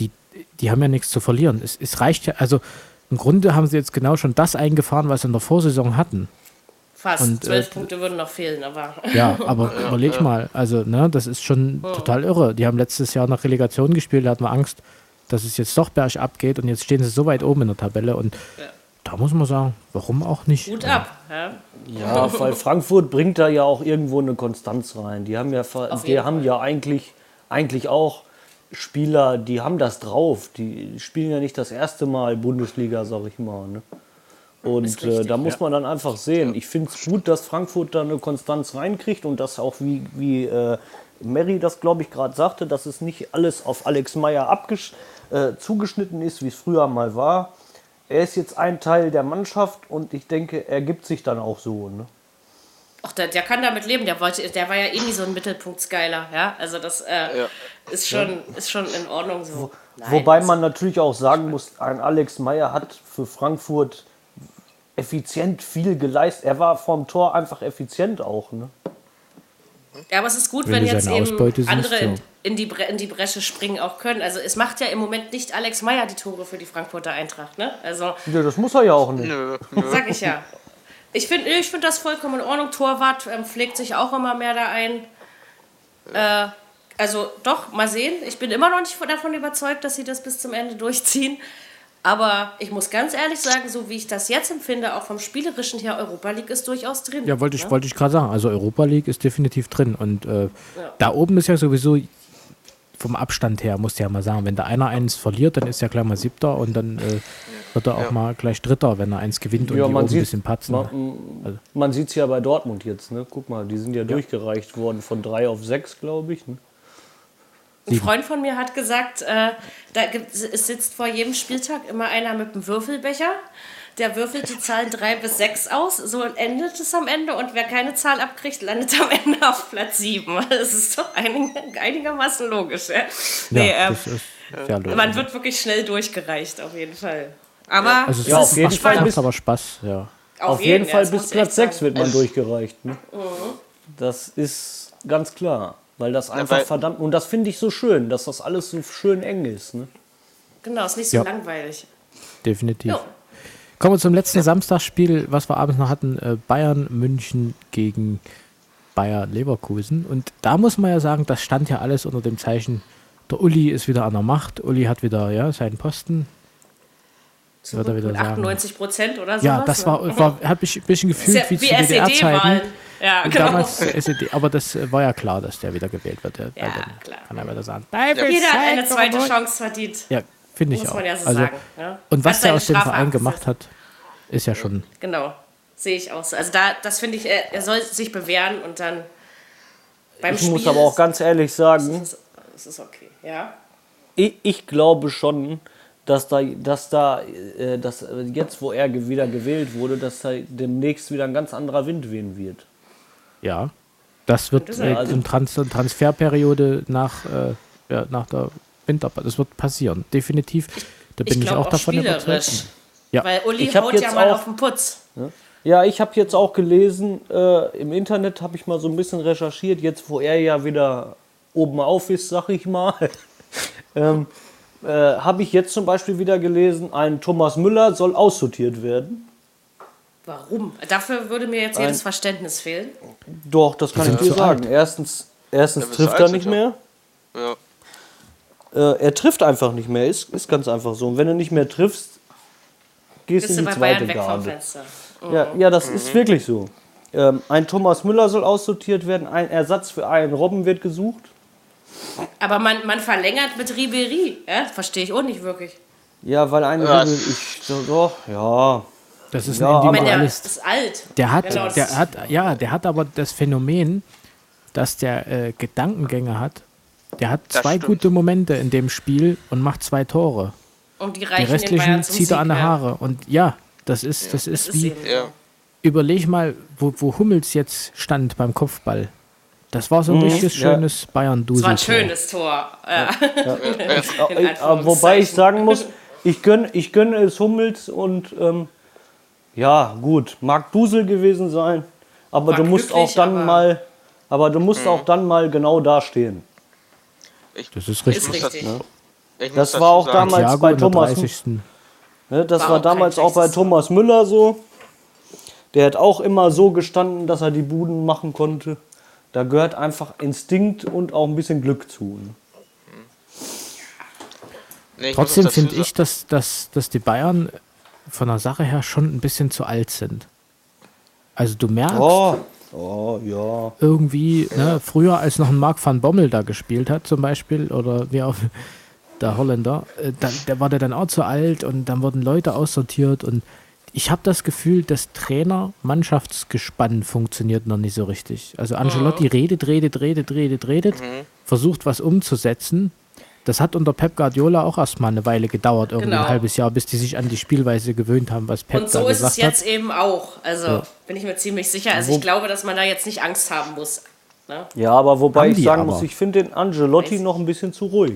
Die haben ja nichts zu verlieren. Es reicht ja, also im Grunde haben sie jetzt genau schon das eingefahren, was sie in der Vorsaison hatten. Fast. Und, 12 Punkte würden noch fehlen, aber Ja, aber überleg mal, also das ist schon total irre. Die haben letztes Jahr nach Relegation gespielt, da hatten wir Angst, dass es jetzt doch bergab geht und jetzt stehen sie so weit oben in der Tabelle und da muss man sagen, warum auch nicht? gut ab. Ja? Ja, weil Frankfurt bringt da ja auch irgendwo eine Konstanz rein. Die haben ja eigentlich auch Spieler, die haben das drauf. Die spielen ja nicht das erste Mal Bundesliga, sag ich mal. Ne? Und Ist richtig, da muss man dann einfach sehen. Ich finde es gut, dass Frankfurt da eine Konstanz reinkriegt und dass auch, wie Mary das, glaube ich, gerade sagte, dass es nicht alles auf Alex Meier zugeschnitten ist, wie es früher mal war. Er ist jetzt ein Teil der Mannschaft und ich denke, er gibt sich dann auch so. Ne? Ach, der kann damit leben. Der war ja eh nie so ein Mittelpunktgeiler. Ja? Also das ist schon in Ordnung so. Nein, Wobei man natürlich auch sagen muss, ein Alex Meier hat für Frankfurt effizient viel geleistet. Er war vorm Tor einfach effizient auch. Ne? Ja, aber es ist gut, Wenn wenn du jetzt seine eben Ausbeute siehst, andere ja. in die Bresche springen auch können. Also es macht ja im Moment nicht Alex Meier die Tore für die Frankfurter Eintracht. Ne? Also Ja, das muss er ja auch nicht. Nö. sag ich ja. Ich find das vollkommen in Ordnung. Torwart pflegt sich auch immer mehr da ein. Also doch, mal sehen. Ich bin immer noch nicht davon überzeugt, dass sie das bis zum Ende durchziehen. Aber ich muss ganz ehrlich sagen, so wie ich das jetzt empfinde, auch vom Spielerischen her, Europa League ist durchaus drin. Ja, wollte ich gerade sagen. Also Europa League ist definitiv drin. Und da oben ist ja sowieso vom Abstand her, musst du ja mal sagen, wenn da einer eins verliert, dann ist er gleich mal Siebter und dann wird er auch mal gleich Dritter, wenn er eins gewinnt und die oben ein bisschen patzen. Man sieht es ja bei Dortmund jetzt, ne? Guck mal, die sind ja durchgereicht worden von 3 auf 6, glaube ich. Ne? Ein Freund von mir hat gesagt, es sitzt vor jedem Spieltag immer einer mit einem Würfelbecher. Der würfelt die Zahlen 3 bis 6 aus, so endet es am Ende. Und wer keine Zahl abkriegt, landet am Ende auf Platz 7. Das ist doch einigermaßen logisch. Ja? Das ist sehr logisch. Man wird wirklich schnell durchgereicht, auf jeden Fall. Aber also ja, auf jeden Fall macht aber Spaß. Ja. Auf jeden Fall bis Platz 6 wird man durchgereicht. Ne? Das ist ganz klar. Weil das einfach verdammt... Und das finde ich so schön, dass das alles so schön eng ist. Ne? Genau, ist nicht so langweilig. Definitiv. Jo. Kommen wir zum letzten Samstagsspiel, was wir abends noch hatten. Bayern München gegen Bayer Leverkusen. Und da muss man ja sagen, das stand ja alles unter dem Zeichen, der Uli ist wieder an der Macht. Uli hat wieder seinen Posten. Wird er wieder 98% oder so. Ja, das hat mich ein bisschen gefühlt wie zu DDR-Zeiten. Ja, genau. Damals SED, aber das war ja klar, dass der wieder gewählt wird. Ja, klar. Kann er wieder sagen. Jeder hat eine zweite Chance verdient. Ja, finde ich muss auch. Man ja so sagen. Ja. Und was der aus dem Verein gemacht hat, ist ja schon... Genau, sehe ich auch so. Also das finde ich, er soll sich bewähren und dann beim Spiel... Ich muss aber auch ganz ehrlich sagen... Das ist okay, ja. Ich glaube schon, dass jetzt, wo er wieder gewählt wurde, dass da demnächst wieder ein ganz anderer Wind wehen wird. Ja, das wird in Transferperiode nach der Winterpause, das wird passieren, definitiv. Da bin ich auch davon überzeugt. Ja. Weil Uli haut ja mal auf den Putz. Ja, ich habe jetzt auch gelesen, im Internet habe ich mal so ein bisschen recherchiert, jetzt wo er ja wieder oben auf ist, sag ich mal, habe ich jetzt zum Beispiel wieder gelesen, ein Thomas Müller soll aussortiert werden. Warum? Dafür würde mir jetzt jedes Verständnis fehlen. Doch, das kann ich dir sagen. Erstens trifft er nicht mehr. Ja. Er trifft einfach nicht mehr, ist ganz einfach so. Und wenn du nicht mehr triffst, gehst du in die zweite Garde. Ja, das ist wirklich so. Ein Thomas Müller soll aussortiert werden, ein Ersatz für einen Robben wird gesucht. Aber man verlängert mit Ribéry, verstehe ich auch nicht wirklich. Ja, weil ein Das ist ein Individualist. Der ist alt. Der hat aber das Phänomen, dass der Gedankengänge hat. Der hat zwei gute Momente in dem Spiel und macht 2 Tore. Und die restlichen zieht er an der Haare. Und das ist wie... Überleg mal, wo Hummels jetzt stand beim Kopfball. Das war so ein richtiges schönes Bayern-Dusel. Das war ein schönes Tor. Wobei ich sagen muss, ich gönne es Hummels und gut, mag Dusel gewesen sein, aber du musst auch dann mal genau da stehen. Das ist richtig. Das war auch damals bei Thomas. Das war damals auch bei Thomas Müller so. Der hat auch immer so gestanden, dass er die Buden machen konnte. Da gehört einfach Instinkt und auch ein bisschen Glück zu. Ne? Trotzdem finde ich, dass die Bayern von der Sache her schon ein bisschen zu alt sind. Also du merkst irgendwie, früher als noch ein Marc van Bommel da gespielt hat zum Beispiel, oder wie auch der Holländer, der war der dann auch zu alt und dann wurden Leute aussortiert und ich habe das Gefühl, das Trainer-Mannschaftsgespann funktioniert noch nicht so richtig. Also Ancelotti redet, versucht was umzusetzen. Das hat unter Pep Guardiola auch erstmal eine Weile gedauert, irgendwie ein halbes Jahr, bis die sich an die Spielweise gewöhnt haben, was Pep da gesagt hat. Und so ist es jetzt eben auch. Also bin ich mir ziemlich sicher. Also ich glaube, dass man da jetzt nicht Angst haben muss. Ne? Ja, aber wobei ich sagen muss, ich finde den Ancelotti noch ein bisschen zu ruhig.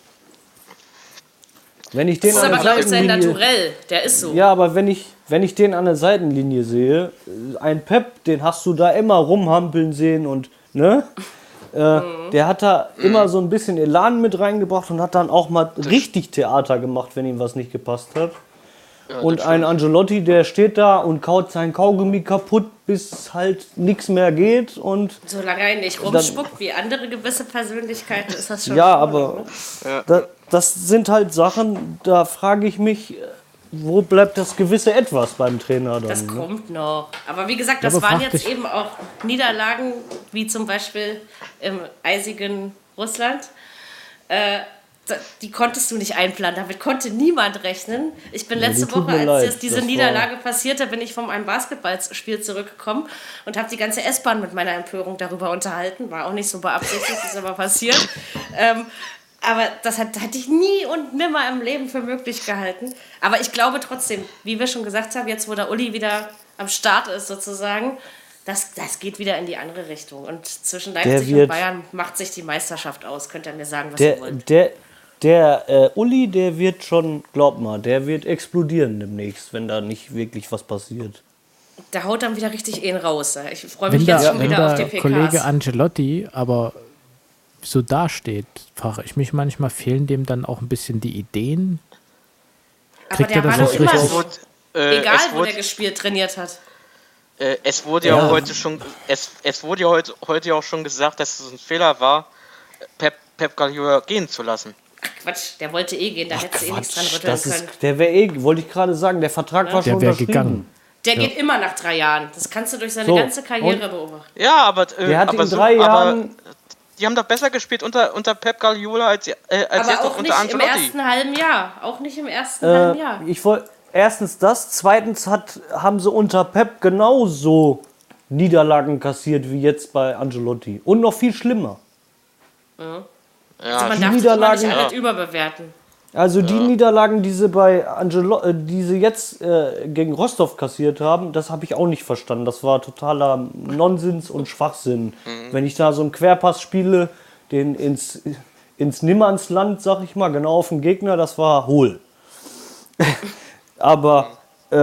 Wenn ich den das ist aber, glaube ich, sein Naturell. Der ist so. Ja, aber wenn ich den an der Seitenlinie sehe, ein Pep, den hast du da immer rumhampeln sehen und, der hat da immer so ein bisschen Elan mit reingebracht und hat dann auch mal richtig Theater gemacht, wenn ihm was nicht gepasst hat. und ein Ancelotti, der steht da und kaut sein Kaugummi kaputt, bis halt nichts mehr geht. Und solange er nicht rumspuckt wie andere gewisse Persönlichkeiten, ist das schon. ja, aber das sind halt Sachen, da frage ich mich, wo bleibt das gewisse Etwas beim Trainer dann? Das ne? kommt noch. Aber wie gesagt, Ja, das aber waren frag jetzt dich- eben auch Niederlagen, wie zum Beispiel im eisigen Russland. Die konntest du nicht einplanen. Damit konnte niemand rechnen. Ich bin letzte die tut Woche, mir als leid. jetzt diese Das war- Niederlage passierte, bin ich von einem Basketballspiel zurückgekommen und habe die ganze S-Bahn mit meiner Empörung darüber unterhalten. War auch nicht so beabsichtigt, ist aber passiert. Aber das hätte ich nie und nimmer im Leben für möglich gehalten. Aber ich glaube trotzdem, wie wir schon gesagt haben, jetzt wo der Uli wieder am Start ist sozusagen, das geht wieder in die andere Richtung. Und zwischen Leipzig und Bayern macht sich die Meisterschaft aus. Könnt ihr mir sagen, was ihr wollt. Der Uli, der wird schon, glaub mal, der wird explodieren demnächst, wenn da nicht wirklich was passiert. Der haut dann wieder richtig raus. Ich freue mich Wenn jetzt der, schon wenn wieder auf die der PKs. Kollege Ancelotti aber so dasteht, frage ich mich manchmal, fehlen dem dann auch ein bisschen die Ideen? Aber Kriegt der er das war doch nicht immer richtig? so. Egal, wo der gespielt, trainiert hat. Es wurde ja heute schon, es wurde ja heute auch schon gesagt, dass es ein Fehler war, Pep Guardiola gehen zu lassen. Ach Quatsch, der wollte gehen, da hätte nichts dran rütteln können. Der wäre wollte ich gerade sagen, der Vertrag war schon Der wäre unterschrieben. gegangen. Der geht immer nach 3 Jahren. Das kannst du durch seine So, ganze Karriere beobachten. Ja, aber Der hat aber in 3 Jahren... aber die haben doch besser gespielt unter Pep Guardiola als jetzt Aber auch unter nicht im Ancelotti. ersten halben Jahr. Auch nicht im ersten halben Jahr. Ich wollte erstens das, zweitens haben sie unter Pep genauso Niederlagen kassiert wie jetzt bei Ancelotti. Und noch viel schlimmer. Also man die darf das immer Niederlagen- nicht alles überbewerten. Also die Niederlagen, die sie die sie jetzt gegen Rostov kassiert haben, das habe ich auch nicht verstanden. Das war totaler Nonsens und Schwachsinn. Wenn ich da so einen Querpass spiele, den ins Nimmernsland, sag ich mal, genau auf den Gegner, das war hohl. Aber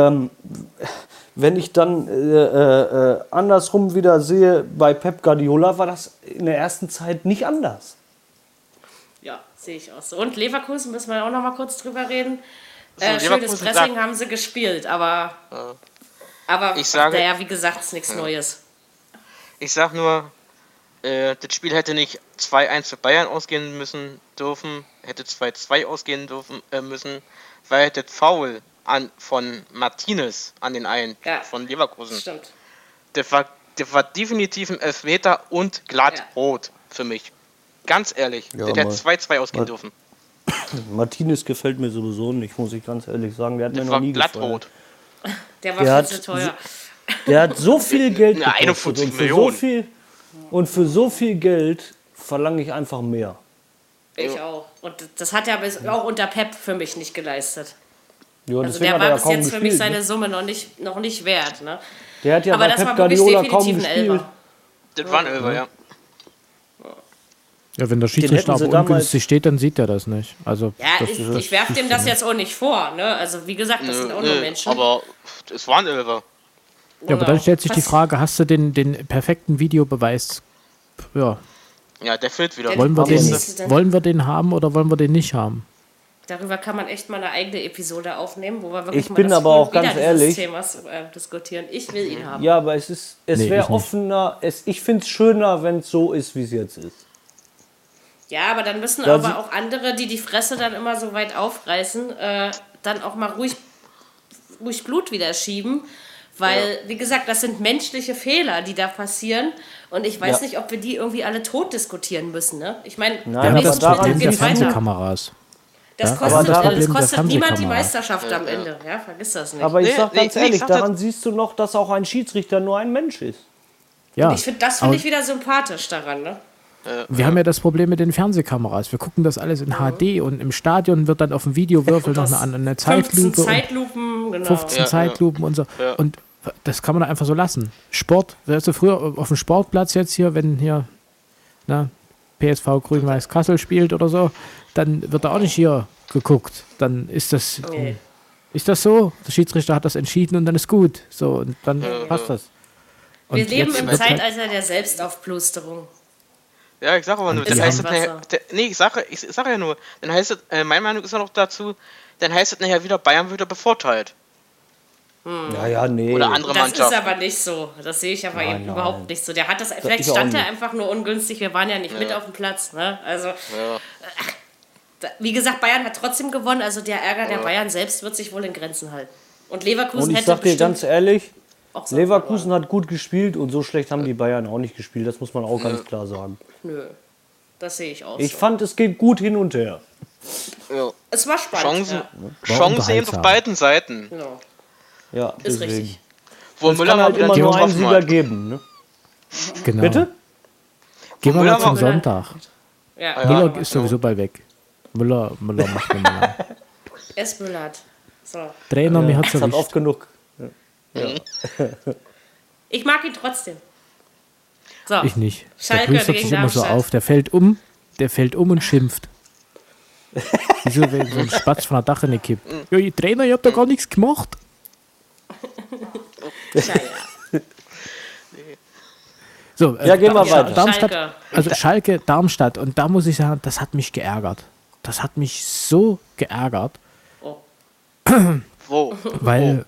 wenn ich dann andersrum wieder sehe, bei Pep Guardiola war das in der ersten Zeit nicht anders. Ja, sehe ich auch so. Und Leverkusen müssen wir auch noch mal kurz drüber reden. Schönes Leverkusen Pressing haben sie gespielt, aber Ich sage- naja, wie gesagt, ist nichts Neues. Ich sag nur, das Spiel hätte nicht 2-1 für Bayern ausgehen dürfen, hätte 2-2 ausgehen müssen, weil das Foul von Martinez an den einen von Leverkusen, Stimmt. das war definitiv ein Elfmeter und glatt rot für mich. Ganz ehrlich, Ja, das hätte mal- 2-2 ausgehen dürfen. Martinez gefällt mir sowieso nicht, muss ich ganz ehrlich sagen. Der hat mir Das noch war nie glatt gefallen. rot. Der war Der viel hat zu teuer. Der hat so viel Geld Ja, gekostet 51 und Millionen. für so viel Geld verlange ich einfach mehr. Ich auch. Und das hat er auch unter Pep für mich nicht geleistet. Ja, Also deswegen der hat er war ja bis kaum jetzt für mich gespielt, seine ne? Summe noch nicht wert. Ne? Der hat ja Aber bei das Pep war wirklich Guardiola kaum definitiv ein gespielt. Elfer. Das war ein Elfer, ja. Ja, wenn der hätten Schiedsrichter sie aber damals- ungünstig steht, dann sieht er das nicht. Also, Ja, das ich werfe dem das jetzt auch nicht vor. Ne? Also wie gesagt, das sind auch nur Menschen. Aber es war ein Elfer. Ja, aber dann stellt sich die Was- Frage, hast du den perfekten Videobeweis? Ja, Ja, der fehlt wieder. wollen wir, Haben wir nicht. wollen wir den haben oder wollen wir den nicht haben? Darüber kann man echt mal eine eigene Episode aufnehmen, wo wir wirklich Ich mal bin das aber auch Wieder ganz dieses ehrlich- Themas diskutieren. Ich will ihn haben. Ja, aber es Nee, wäre ich nicht. offener. Ich finde es schöner, wenn es so ist, wie es jetzt ist. Ja, aber dann müssen Ja, aber auch andere, die Fresse dann immer so weit aufreißen, dann auch mal ruhig Blut wieder schieben. Weil, wie gesagt, das sind menschliche Fehler, die da passieren. Und ich weiß Ja. nicht, ob wir die irgendwie alle tot diskutieren müssen. Ne? Ich meine, Nein, beim aber nächsten daran Problem Spieltag der geht's weiter. Fernsehkameras. Das Ja, kostet, aber das das Problem der kostet niemand die Fernsehkamera. Meisterschaft am Ende. Ja, vergiss das nicht. Aber ich Nee, sag ganz nee, ich ehrlich, sag daran siehst du noch, dass auch ein Schiedsrichter nur ein Mensch ist. Ja, Ich finde, das finde ich wieder sympathisch daran. Ne? wir haben ja das Problem mit den Fernsehkameras. Wir gucken das alles in HD und im Stadion wird dann auf dem Videowürfel noch eine 15 Zeitlupe und Zeitlupen, genau. 15 Zeitlupen und so. Ja. Und das kann man doch einfach so lassen. Sport, weißt du, früher auf dem Sportplatz jetzt hier, wenn hier PSV Grün-Weiß Kassel spielt oder so, dann wird da auch nicht hier geguckt. Dann ist das, Nee. ist das so. Der Schiedsrichter hat das entschieden und dann ist gut. So, und dann passt das. Und Wir leben jetzt im wird halt- Zeitalter der Selbstaufplusterung. Ja, ich sag aber nur, Ist dann heißt es einfach nachher, so. ich sag ja nur, dann heißt es, meine Meinung ist ja noch dazu, dann heißt es nachher wieder, Bayern wird bevorteilt. Ja, nee. Oder andere Das ist Mannschaften. aber nicht so. Das sehe ich aber Nein, eben nein. überhaupt nicht so. Der hat das, vielleicht ist auch stand er nicht. einfach nur ungünstig. Wir waren ja nicht mit auf dem Platz. Ne? Also, Ja. wie gesagt, Bayern hat trotzdem gewonnen. Also der Ärger der Bayern selbst wird sich wohl in Grenzen halten. Und Leverkusen Und ich hätte sag dir bestimmt ganz ehrlich, auch so Leverkusen verloren. hat gut gespielt und so schlecht haben die Bayern auch nicht gespielt. Das muss man auch ganz klar sagen. Nö, das sehe ich auch Ich so. fand, es geht gut hin und her. Ja. Es war spannend. Chancen, Ja. Chancen unterhaltsam. auf beiden Seiten. Genau. Ja, Ist deswegen. richtig. Wo Es Müller kann mal halt wieder immer die nur einen getroffen Sieger hat. geben. Ne? Genau. Bitte? Gehen wir Müller mal zum war- Sonntag. Ja, Müller genau. ist sowieso bald weg. Müller macht nicht mehr. es Müllert. So. Trainer, mir hat's Das hat erwischt. oft genug. Ich mag ihn trotzdem. So. Ich nicht. Schalke Der plustert gegen sich immer so Darmstadt. auf. Der fällt um und schimpft. Wieso, wenn so ein Spatz von der Dachrinne kippt? Ja, ihr Trainer, ihr habt da gar nichts gemacht. Ja. So, Ja, gehen wir weiter. Darmstadt, Schalke. also Schalke, Darmstadt. Und da muss ich sagen, das hat mich geärgert. Das hat mich so geärgert, Oh. Wo? weil...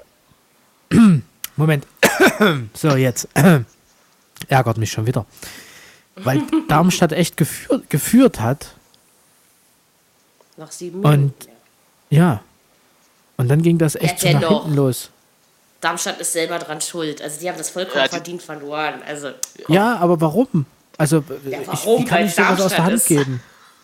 Moment. So, jetzt. Ärgert mich schon wieder. Weil Darmstadt echt geführt hat. Noch 7 Minuten. Und ja. Und dann ging das echt Ja, so nach dennoch. hinten los. Darmstadt ist selber dran schuld. Also die haben das vollkommen Ja, verdient verloren. Also Ja, aber warum? Also, warum? wie kann Weil ich sowas aus der Darmstadt Hand ist- geben?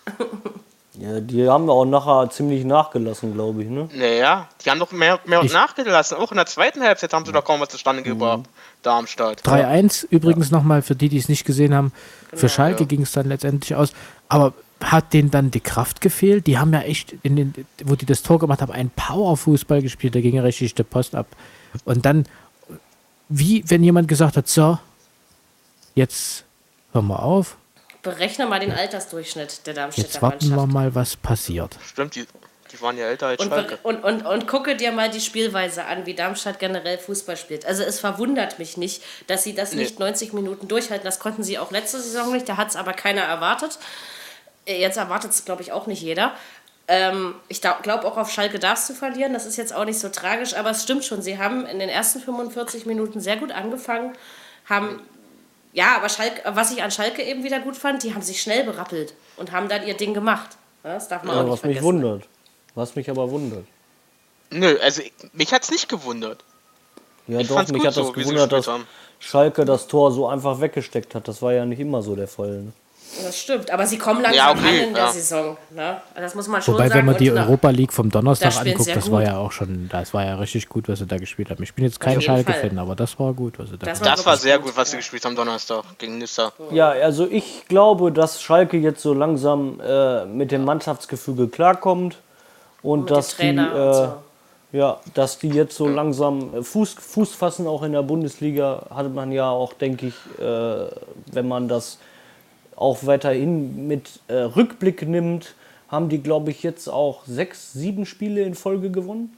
Ja, die haben wir auch nachher ziemlich nachgelassen, glaube ich. Ne? Naja, die haben doch mehr nachgelassen. Auch in der zweiten Halbzeit haben sie doch kaum was zustande gebracht. Darmstadt. 3-1 übrigens nochmal für die es nicht gesehen haben. Genau, Für Schalke ging es dann letztendlich aus. Aber hat denen dann die Kraft gefehlt? Die haben ja echt, wo die das Tor gemacht haben, einen Powerfußball gespielt. Da ging ja richtig der Post ab. Und dann, wie wenn jemand gesagt hat, so, jetzt hören wir auf. berechne mal den Altersdurchschnitt der Darmstädter Jetzt warten wir Mannschaft. mal, was passiert. Stimmt, die waren ja älter als Und, Schalke. und gucke dir mal die Spielweise an, wie Darmstadt generell Fußball spielt. Also es verwundert mich nicht, dass sie das nicht 90 Minuten durchhalten. Das konnten sie auch letzte Saison nicht, da hat es aber keiner erwartet. Jetzt erwartet es, glaube ich, auch nicht jeder. Ich glaube auch auf Schalke darfst du verlieren, das ist jetzt auch nicht so tragisch, aber es stimmt schon, sie haben in den ersten 45 Minuten sehr gut angefangen, haben, ja, aber Schalke, was ich an Schalke eben wieder gut fand, die haben sich schnell berappelt und haben dann ihr Ding gemacht. Ja, das darf man auch Ja, nicht was mich vergessen. wundert. Was mich aber wundert. Nö, also mich hat's nicht gewundert. Ja, Ich doch, fand's mich gut hat das so, wie sie gewundert, gespielt dass haben. Schalke das Tor so einfach weggesteckt hat. Das war ja nicht immer so der Fall. Ne? Das stimmt, aber sie kommen langsam Ja, okay, an in der ja. Saison. Ne? Das muss man schon Wobei, sagen. wenn man die Und na, Europa League vom Donnerstag da spielen anguckt, sie ja das war gut. ja auch schon, das war ja richtig gut, was sie da gespielt haben. Ich bin jetzt kein Auf jeden Schalke-Fan, Fall. aber das war gut, was sie da Das gemacht haben. Das war wirklich sehr gut, gut, was sie ja. gespielt haben Donnerstag gegen Nizza. Ja, also ich glaube, dass Schalke jetzt so langsam mit dem Mannschaftsgefüge klarkommt und mit dem dass Trainer die, und so. ja, dass die jetzt so langsam Fuß fassen, auch in der Bundesliga, hat man ja auch, denke ich, wenn man das auch weiterhin mit Rückblick nimmt, haben die, glaube ich, jetzt auch 6, 7 Spiele in Folge gewonnen.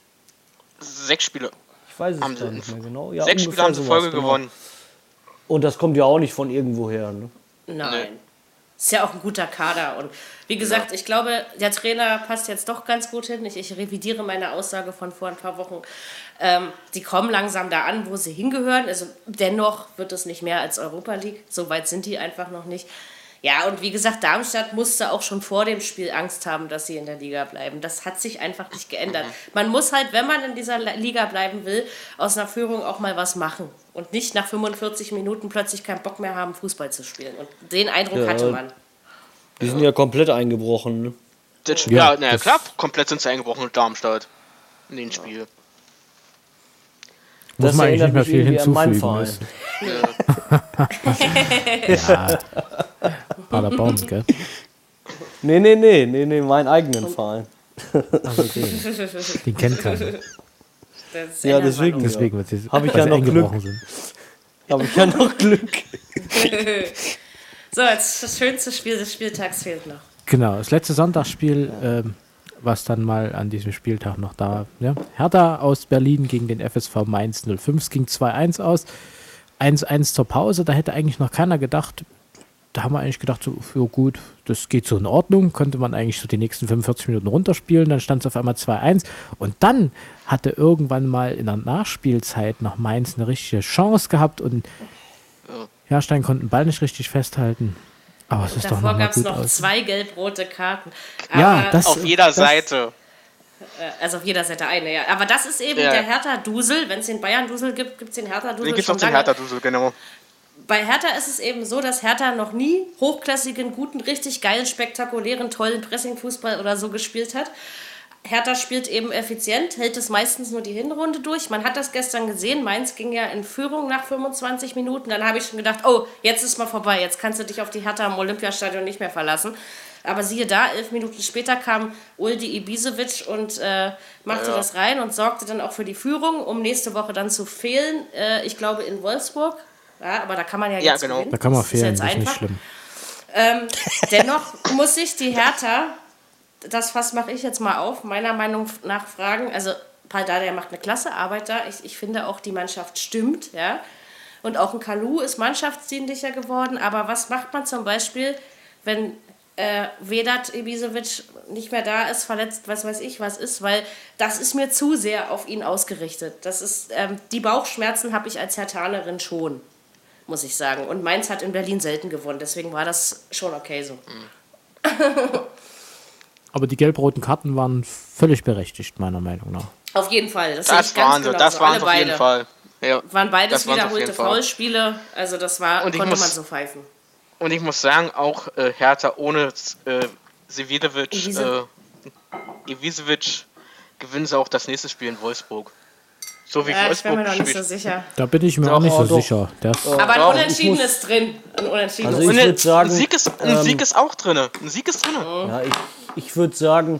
6 Spiele. Ich weiß es Haben sie gar nicht mehr genau. Ja, 6 Spiele ungefähr haben sie sowas, Folge genau. gewonnen. Und das kommt ja auch nicht von irgendwoher. Ne? Nein. Ist ja auch ein guter Kader. Und wie gesagt, ich glaube, der Trainer passt jetzt doch ganz gut hin. Ich revidiere meine Aussage von vor ein paar Wochen. Die kommen langsam da an, wo sie hingehören. Also dennoch wird es nicht mehr als Europa League. So weit sind die einfach noch nicht. Ja, und wie gesagt, Darmstadt musste auch schon vor dem Spiel Angst haben, dass sie in der Liga bleiben. Das hat sich einfach nicht geändert. Man muss halt, wenn man in dieser Liga bleiben will, aus einer Führung auch mal was machen. Und nicht nach 45 Minuten plötzlich keinen Bock mehr haben, Fußball zu spielen. Und den Eindruck Ja, hatte man. Die sind ja komplett eingebrochen. Ne? Ja, das- klar, komplett sind sie eingebrochen mit Darmstadt. In den Spiel. Muss man eigentlich nicht mehr mich viel irgendwie an meinen hinzufügen. Verein. Ist, ja. Paderborn, gell? Nee, meinen eigenen Verein. Also okay. Den kennt keiner. Das Ja, ändert man deswegen. noch. Deswegen wird sie, Hab ich weil ja sie noch eingebrochen sind. Habe ich ja noch Glück. So, jetzt das schönste Spiel des Spieltags fehlt noch. Genau, das letzte Sonntagsspiel, was dann mal an diesem Spieltag noch da, ja, Hertha aus Berlin gegen den FSV Mainz 05. Es ging 2-1 aus, 1-1 zur Pause. Da hätte eigentlich noch keiner gedacht, da haben wir eigentlich gedacht, so, ja gut, das geht so in Ordnung, konnte man eigentlich so die nächsten 45 Minuten runterspielen, dann stand es auf einmal 2-1 und dann hatte irgendwann mal in der Nachspielzeit noch Mainz eine richtige Chance gehabt und Jahrstein konnte den Ball nicht richtig festhalten. Aber es ist doch Davor noch gab es gut noch aus. 2 gelb-rote Karten. Ja, das Auf jeder Seite. Also auf jeder Seite eine, ja. Aber das ist eben der Hertha-Dusel. Wenn es den Bayern-Dusel gibt, gibt es den Hertha-Dusel Den gibt es schon auch den lange. Hertha-Dusel, genau. Bei Hertha ist es eben so, dass Hertha noch nie hochklassigen, guten, richtig geilen, spektakulären, tollen Pressing-Fußball oder so gespielt hat. Hertha spielt eben effizient, hält es meistens nur die Hinrunde durch. Man hat das gestern gesehen, Mainz ging ja in Führung nach 25 Minuten. Dann habe ich schon gedacht, oh, jetzt ist mal vorbei, jetzt kannst du dich auf die Hertha im Olympiastadion nicht mehr verlassen. Aber siehe da, 11 Minuten später kam Uldi Ibisevic und machte das rein und sorgte dann auch für die Führung, um nächste Woche dann zu fehlen. Ich glaube in Wolfsburg. Ja, aber da kann man ja jetzt genau. gewinnen. Da kann man Das ist fehlen, jetzt das ist nicht einfach. schlimm. Dennoch muss sich die Hertha, das Fass mache ich jetzt mal auf, meiner Meinung nach fragen, also Paldada macht eine klasse Arbeit da, ich finde auch die Mannschaft stimmt, ja, und auch ein Kalu ist mannschaftsdienlicher geworden, aber was macht man zum Beispiel, wenn Vedat Ibisevic nicht mehr da ist, verletzt, was weiß ich, was ist, weil das ist mir zu sehr auf ihn ausgerichtet. Das ist, die Bauchschmerzen habe ich als Herthanerin schon, muss ich sagen. Und Mainz hat in Berlin selten gewonnen, deswegen war das schon okay so. Aber die gelb-roten Karten waren völlig berechtigt, meiner Meinung nach. Auf jeden Fall. Das sehe ich Das ganz waren sie, genau das so. waren Alle sie auf jeden beide. Fall. Ja. Waren beides Das waren's auf wiederholte jeden Fall. Foulspiele, also das war, Und ich konnte muss- man so pfeifen. Und ich muss sagen, auch Hertha ohne Sevedovic, Ibisevic gewinnen sie auch das nächste Spiel in Wolfsburg. So wie Ich bin Wolfsburg mir noch nicht so gespielt. sicher. Da bin ich mir Doch, auch nicht so doch. sicher. Aber ein Doch, Unentschieden ich muss- ist drin. Ein Unentschieden Also ist ich Und würd sagen, ein Sieg ist auch drin. Ein Sieg ist drin. Ja, ich würde sagen,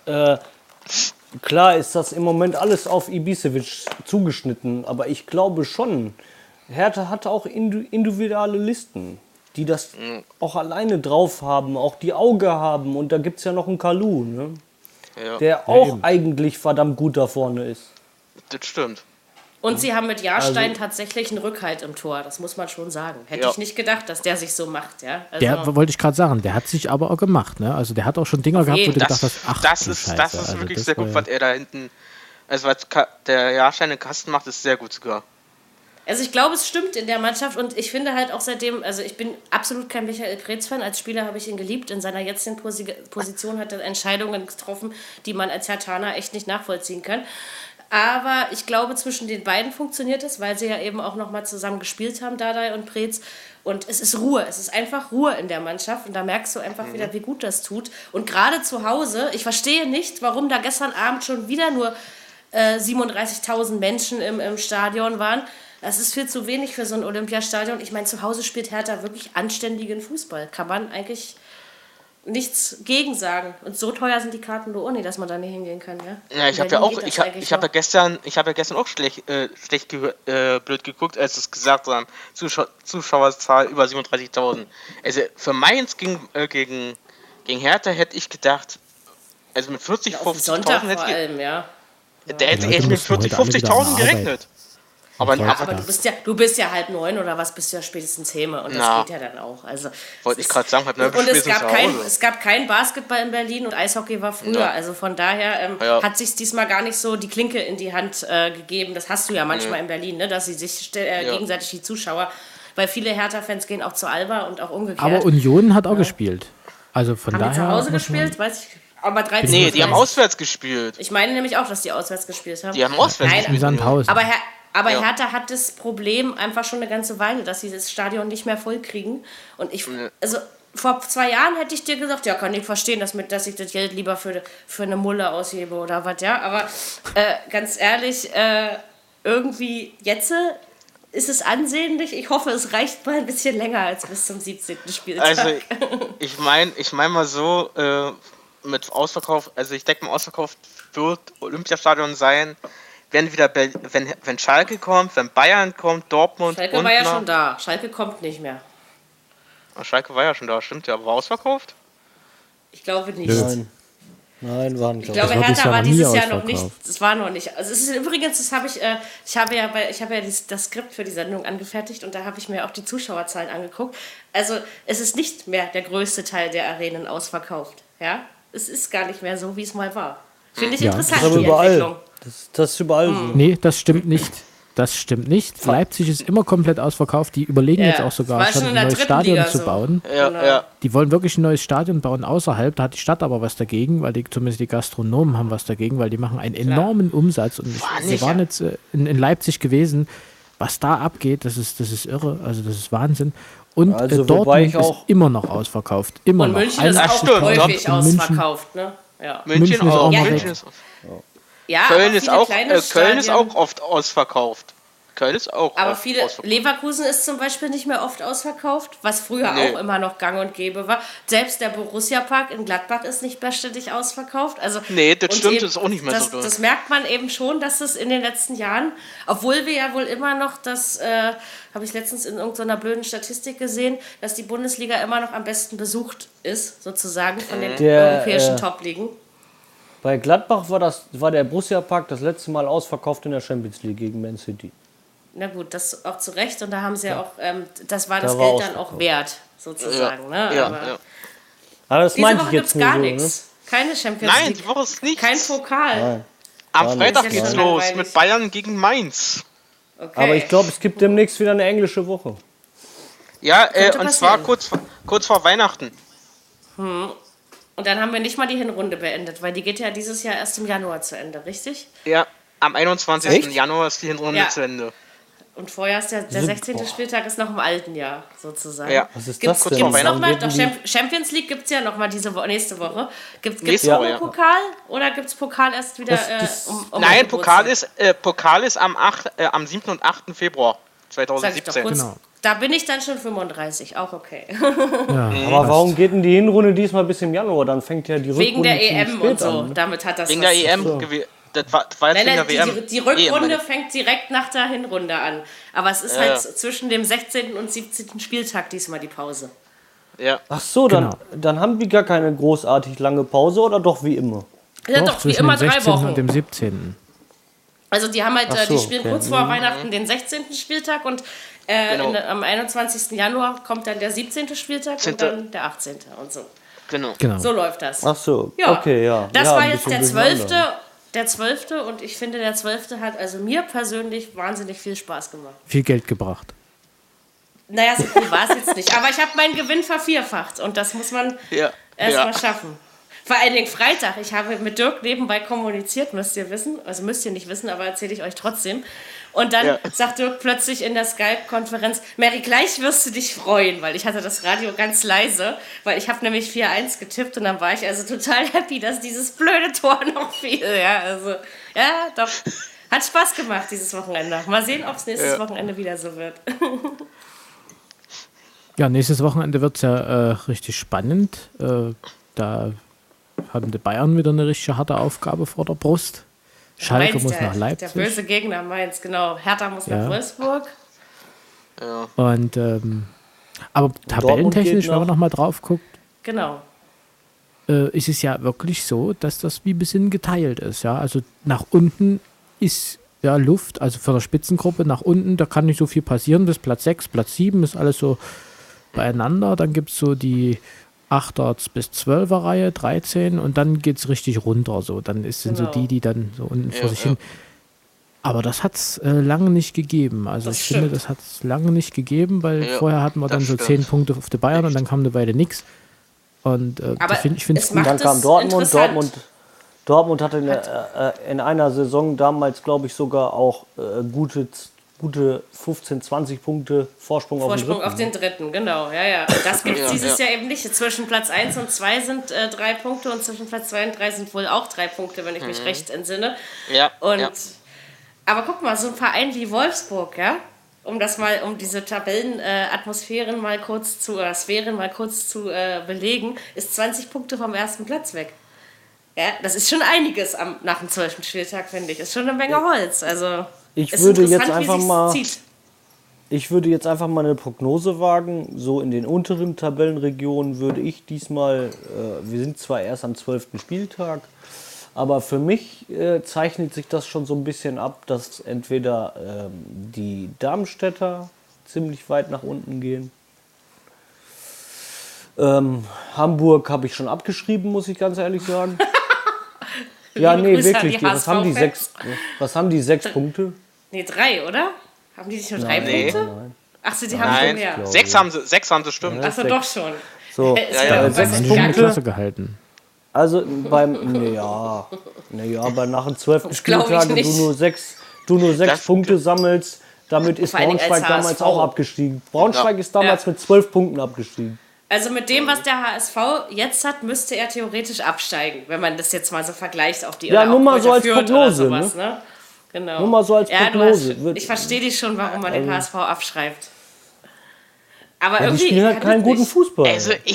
klar ist das im Moment alles auf Ibisevic zugeschnitten, aber ich glaube schon, Hertha hat auch individuelle Listen, die das auch alleine drauf haben, auch die Auge haben und da gibt es ja noch einen Kalu, ne? Ja, Der auch eben. eigentlich verdammt gut da vorne ist. das stimmt. Und sie haben mit Jahrstein tatsächlich einen Rückhalt im Tor, das muss man schon sagen. Hätte Ja. ich nicht gedacht, dass der sich so macht. Ja? Also, Der wollte ich gerade sagen, der hat sich aber auch gemacht. Ne? Also der hat auch schon Dinger gehabt, wo du jeden. gedacht hast, ach Das du ist Scheiße. Also wirklich das sehr war gut, ja- was er da hinten. Also was der Jahrstein in den Kasten macht, ist sehr gut sogar. Also ich glaube, es stimmt in der Mannschaft und ich finde halt auch seitdem, also ich bin absolut kein Michael Preetz-Fan, als Spieler habe ich ihn geliebt, in seiner jetzigen Position hat er Entscheidungen getroffen, die man als Herthaner echt nicht nachvollziehen kann. Aber ich glaube, zwischen den beiden funktioniert es, weil sie ja eben auch nochmal zusammen gespielt haben, Dardai und Preetz. Und es ist Ruhe, es ist einfach Ruhe in der Mannschaft und da merkst du einfach wieder, wie gut das tut. Und gerade zu Hause, ich verstehe nicht, warum da gestern Abend schon wieder nur 37.000 Menschen im Stadion waren. Das ist viel zu wenig für so ein Olympiastadion. Ich meine, zu Hause spielt Hertha wirklich anständigen Fußball. Kann man eigentlich nichts gegen sagen. Und so teuer sind die Karten nur ohne, dass man da nicht hingehen kann. Ja, Ja, ich In habe ja Berlin auch, geht das ich habe eigentlich ja noch. gestern auch blöd geguckt, als es gesagt haben, Zuschauerzahl über 37.000. Also für Mainz gegen Hertha hätte ich gedacht, also mit 40, Auf den Sonntag 50.000 vor hätte allem, ja. ich Leute mit mussten 40, heute alle wieder an 50.000 der gerechnet. Aber Freitag. Aber du bist ja 8:30 oder was, bist ja spätestens Häme und das Na. geht ja dann auch. Also, wollte es ich ist- gerade sagen, Und es spätestens gab, zu Hause. es gab kein Basketball in Berlin und Eishockey war früher. Ja. Also von daher Ja. hat sich diesmal gar nicht so die Klinke in die Hand gegeben. Das hast du ja manchmal in Berlin, ne? Dass sie sich gegenseitig die Zuschauer, weil viele Hertha-Fans gehen auch zu Alba und auch umgekehrt. Aber Union hat auch gespielt. Also von haben die daher. zu Hause muss man- gespielt? Weiß ich. Aber 13 Nee, die haben auswärts gespielt. Ich meine nämlich auch, dass die auswärts gespielt haben. Die haben auswärts Nein, gespielt. In Sandhausen. Aber Ja. Hertha hat das Problem einfach schon eine ganze Weile, dass sie das Stadion nicht mehr voll kriegen. Und also vor 2 Jahren hätte ich dir gesagt, ja, kann ich verstehen, dass ich das Geld lieber für eine Mulle ausgebe oder was, ja. Aber ganz ehrlich, irgendwie jetzt ist es ansehnlich. Ich hoffe, es reicht mal ein bisschen länger als bis zum 17. Spieltag. Also ich mein mal so, mit Ausverkauf, also ich denke mal, Ausverkauf wird Olympiastadion sein, wenn wenn Schalke kommt, wenn Bayern kommt, Dortmund Schalke war ja schon da. Schalke kommt nicht mehr. Schalke war ja schon da, stimmt ja, aber war ausverkauft? Ich glaube nicht. Nö. Nein. Nein, waren Ich glaube glaube, Das war Hertha war nie dieses Jahr noch ausverkauft. nicht. Es war noch nicht. Also es ist übrigens, ich habe ja das Skript für die Sendung angefertigt und da habe ich mir auch die Zuschauerzahlen angeguckt. Also es ist nicht mehr der größte Teil der Arenen ausverkauft. Ja, es ist gar nicht mehr so, wie es mal war. Finde ich Ja, interessant, Das ist aber die überall. Entwicklung. Das ist überall so. Nee, das stimmt nicht. Das stimmt nicht. Leipzig ist immer komplett ausverkauft. Die überlegen Ja, jetzt auch das sogar war schon schon in ein der neues dritten Stadion Liga zu so. bauen. Ja, Genau. ja. Die wollen wirklich ein neues Stadion bauen außerhalb. Da hat die Stadt aber was dagegen, weil zumindest die Gastronomen haben was dagegen, weil die machen einen enormen Umsatz. Und wir waren jetzt in Leipzig gewesen. Was da abgeht, das ist irre. Also das ist Wahnsinn. Und Also, wobei Dortmund ich auch- ist immer noch ausverkauft. Immer Und noch. München ist auch stimmt, häufig in München. ausverkauft. Ne? Ja. München München ist auch. auch mal München weg. ist, Ja, Köln, aber ist viele auch, kleine Köln ist Stadien- auch oft ausverkauft. Köln ist auch Aber oft viele, ausverkauft. Leverkusen ist zum Beispiel nicht mehr oft ausverkauft, was früher Nee. auch immer noch gang und gäbe war. Selbst der Borussia-Park in Gladbach ist nicht mehr ständig ausverkauft. Also, Nee, das und stimmt, eben, das ist auch nicht mehr so doll. Das merkt man eben schon, dass es in den letzten Jahren, obwohl wir ja wohl immer noch das, habe ich letztens in irgendeiner blöden Statistik gesehen, dass die Bundesliga immer noch am besten besucht ist, sozusagen, von den europäischen Top-Ligen. Bei Gladbach war der Borussia-Park das letzte Mal ausverkauft in der Champions League gegen Man City. Na gut, das auch zu Recht. Und da haben sie ja auch, das war Da das war Geld dann auch ausverkauft. wert, sozusagen. Ne? Ja, Aber ja. Aber das diese meinte Woche ich gibt jetzt es nur gar so, ne? nichts. Keine Champions Nein, League. die Woche ist nichts. Kein Pokal. Am Gar Freitag nichts. geht's Ja, schon los langweilig. mit Bayern gegen Mainz. Okay. Aber ich glaube, es gibt demnächst wieder eine englische Woche. Ja, Könnte und zwar passieren. kurz vor Weihnachten. Und dann haben wir nicht mal die Hinrunde beendet, weil die geht ja dieses Jahr erst im Januar zu Ende, richtig? Ja, am 21. Echt? Januar ist die Hinrunde Ja. zu Ende. Und vorher ist der 16. Spieltag ist noch im alten Jahr, sozusagen. Ja. Was ist Gibt's, das kurz denn? vor gibt's noch Weihnachten. mal, doch Champions League gibt es ja noch mal nächste Woche. Gibt's Nächste noch Woche, einen ja. Pokal oder gibt es Pokal erst wieder Das- um Nein, die Pokal Geburtstag? ist am 7. und 8. Februar Sag ich doch 2017. kurz. Genau. Da bin ich dann schon 35, auch okay. Aber warum geht denn die Hinrunde diesmal bis im Januar? Dann fängt ja die Rückrunde Wegen der ziemlich EM spät und so. an, ne? Damit hat das Wegen was der zu EM. so. Das war jetzt Nein, wegen der WM. die Rückrunde EM. fängt direkt nach der Hinrunde an. Aber es ist Ja, halt ja. zwischen dem 16. und 17. Spieltag diesmal die Pause. Ja. Ach so, dann haben die gar keine großartig lange Pause oder doch wie immer? Ja, doch, wie zwischen immer dem 3 16. Wochen. und dem 17. Also die haben halt, Ach so, die spielen okay. kurz vor Weihnachten den 16. Spieltag und Genau. am 21. Januar kommt dann der 17. Spieltag und 10. dann der 18. und so. Genau. Genau. So läuft das. Ach so, Ja, okay, ja. Das ja, war ein jetzt bisschen der durcheinander. 12. Der 12. und ich finde, der 12. hat also mir persönlich wahnsinnig viel Spaß gemacht. Viel Geld gebracht. Naja, so viel war es jetzt nicht. Aber ich habe meinen Gewinn vervierfacht und das muss man Ja. erst Ja. mal schaffen. Vor allen Dingen Freitag. Ich habe mit Dirk nebenbei kommuniziert, müsst ihr wissen. Also müsst ihr nicht wissen, aber erzähle ich euch trotzdem. Und dann Ja. sagt Dirk plötzlich in der Skype-Konferenz, Mary, gleich wirst du dich freuen, weil ich hatte das Radio ganz leise, weil ich habe nämlich 4-1 getippt und dann war ich also total happy, dass dieses blöde Tor noch fiel. Ja, also, ja, doch. Hat Spaß gemacht dieses Wochenende. Mal sehen, ob es nächstes Wochenende wieder so wird. Ja, nächstes Wochenende wird es ja richtig spannend. Da haben die Bayern wieder eine richtig harte Aufgabe vor der Brust. Schalke Mainz, muss der, nach Leipzig. Der böse Gegner Mainz, genau. Hertha muss nach Ja. Wolfsburg. Und aber tabellentechnisch, geht wenn man noch. noch mal drauf guckt, Genau. ist es ja wirklich so, dass das wie ein bisschen geteilt ist. Ja? Also nach unten ist ja Luft, also für eine Spitzengruppe nach unten, da kann nicht so viel passieren. Bis Platz 6, Platz 7 ist alles so beieinander. Dann gibt es so die 8er bis 12er Reihe, 13 und dann geht es richtig runter. So. Dann sind so Genau. die dann so unten vor sich hin. Aber das hat es lange nicht gegeben. Also Das ich finde, stimmt. das hat es lange nicht gegeben, weil Ja, vorher hatten wir das dann so stimmt. 10 Punkte auf die Bayern und dann kam eine Weile nichts. Und Aber ich finde es es gut. macht Dann es kam Dortmund. interessant. Dortmund hatte in einer Saison damals, glaube ich, sogar auch gute 15, 20 Punkte Vorsprung auf den Vorsprung Dritten. auf den dritten, genau. Ja, ja. Und das gibt es Ja, dieses ja. Jahr eben nicht. Zwischen Platz 1 und 2 sind 3 Punkte und zwischen Platz 2 und 3 sind wohl auch 3 Punkte, wenn ich mich recht entsinne. Ja. Und, ja. Aber guck mal, so ein Verein wie Wolfsburg, ja, um diese Tabellenatmosphären mal kurz zu, oder Sphären mal kurz zu belegen, ist 20 Punkte vom ersten Platz weg. Ja, das ist schon einiges nach dem 12. Spieltag, finde ich. Ist schon eine Menge Holz. Also, Ich ist würde interessant, jetzt wie einfach sich's mal- zieht. Ich würde jetzt einfach mal eine Prognose wagen. So in den unteren Tabellenregionen würde ich diesmal, wir sind zwar erst am 12. Spieltag, aber für mich zeichnet sich das schon so ein bisschen ab, dass entweder die Darmstädter ziemlich weit nach unten gehen. Hamburg habe ich schon abgeschrieben, muss ich ganz ehrlich sagen. Ja, nee, Grüße an wirklich. die Was haben die HSV-Fans. was haben die 6 Punkte? Nee, 3, oder? Haben die nicht nur 3 Nee. Punkte? Nein. Achso, die haben Nein, schon mehr. 6 haben sie, stimmt. Achso, doch schon. So, Ist ja, ja, 6 Haben die schon die Punkte. Klasse gehalten. Also aber nach dem 12. glaub ich Spieltag und nicht. du nur 6 Das- Punkte sammelst, damit ist Vor allen Dingen als Braunschweig damals HSV. auch abgestiegen. Braunschweig ist damals Ja. mit 12 Punkten abgestiegen. Also mit dem, was der HSV jetzt hat, müsste er theoretisch absteigen, wenn man das jetzt mal so vergleicht auf die Ja, oder nur auch mal so Kräuter als Fürth Prognose, oder sowas, ne? Genau. Nur mal so als ja, Prognose. ich verstehe dich schon, warum man den HSV abschreibt. Aber Ja, die irgendwie spielen halt kann keinen ich guten nicht. Fußball.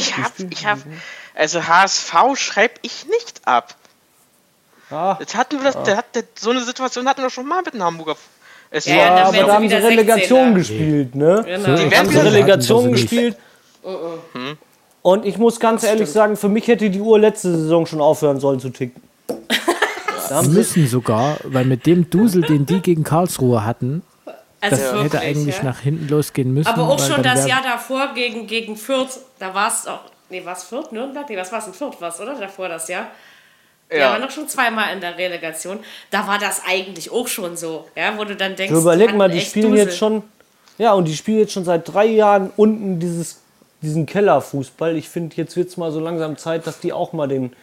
Also HSV schreibe ich nicht ab. Ah, So eine Situation hatten wir schon mal mit den Hamburger. Es Ja, war, dann aber werden da sie haben sie wieder Relegation 16er. gespielt, ne? Genau. So, werden Haben sie wieder- Relegation hatten wir sie nicht. gespielt. Und ich muss ganz ehrlich sagen, für mich hätte die Uhr letzte Saison schon aufhören sollen zu ticken. Sie müssen sogar, weil mit dem Dusel, den die gegen Karlsruhe hatten, Also das wirklich, hätte eigentlich ja. nach hinten losgehen müssen. Aber auch weil schon dann das wär- Jahr davor gegen Fürth, da war es auch. Nee, war es Fürth? Nürnberg? Nee, was war es in Fürth, oder? Davor das Jahr. Ja, war noch schon zweimal in der Relegation. Da war das eigentlich auch schon so, ja, wo du dann denkst, So, überleg hatten mal, die echt spielen Dusel. jetzt schon, ja, und die spielen jetzt schon seit 3 Jahren unten diesen Kellerfußball. Ich finde, jetzt wird es mal so langsam Zeit, dass die auch mal in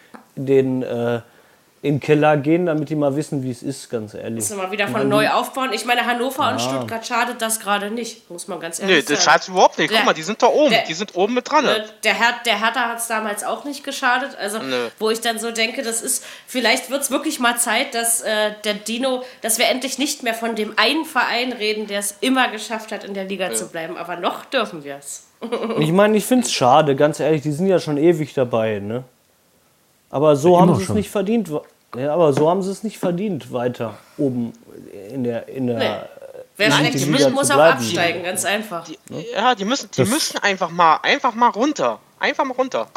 den Keller gehen, damit die mal wissen, wie es ist, ganz ehrlich. Müssen wir wieder von neu aufbauen. Ich meine, Hannover und Stuttgart schadet das gerade nicht, muss man ganz nee, ehrlich das sagen. schadet überhaupt nicht. Guck mal, die sind da oben. der- Die sind oben mit dran. Ne? Der Hertha hat es damals auch nicht geschadet. Also, Nö. wo ich dann so denke, vielleicht wird es wirklich mal Zeit, dass der Dino, dass wir endlich nicht mehr von dem einen Verein reden, der es immer geschafft hat, in der Liga zu bleiben. Aber noch dürfen wir es. Ich meine, ich finde es schade, ganz ehrlich, die sind ja schon ewig dabei, ne? Aber so Ja, haben immer sie es schon. nicht verdient. Ja, aber so haben sie es nicht verdient, weiter oben in der Wer Nein, schlecht die spielt, Liga muss zu auch bleiben. absteigen, ganz einfach. Ja, die müssen einfach mal runter. Einfach mal runter.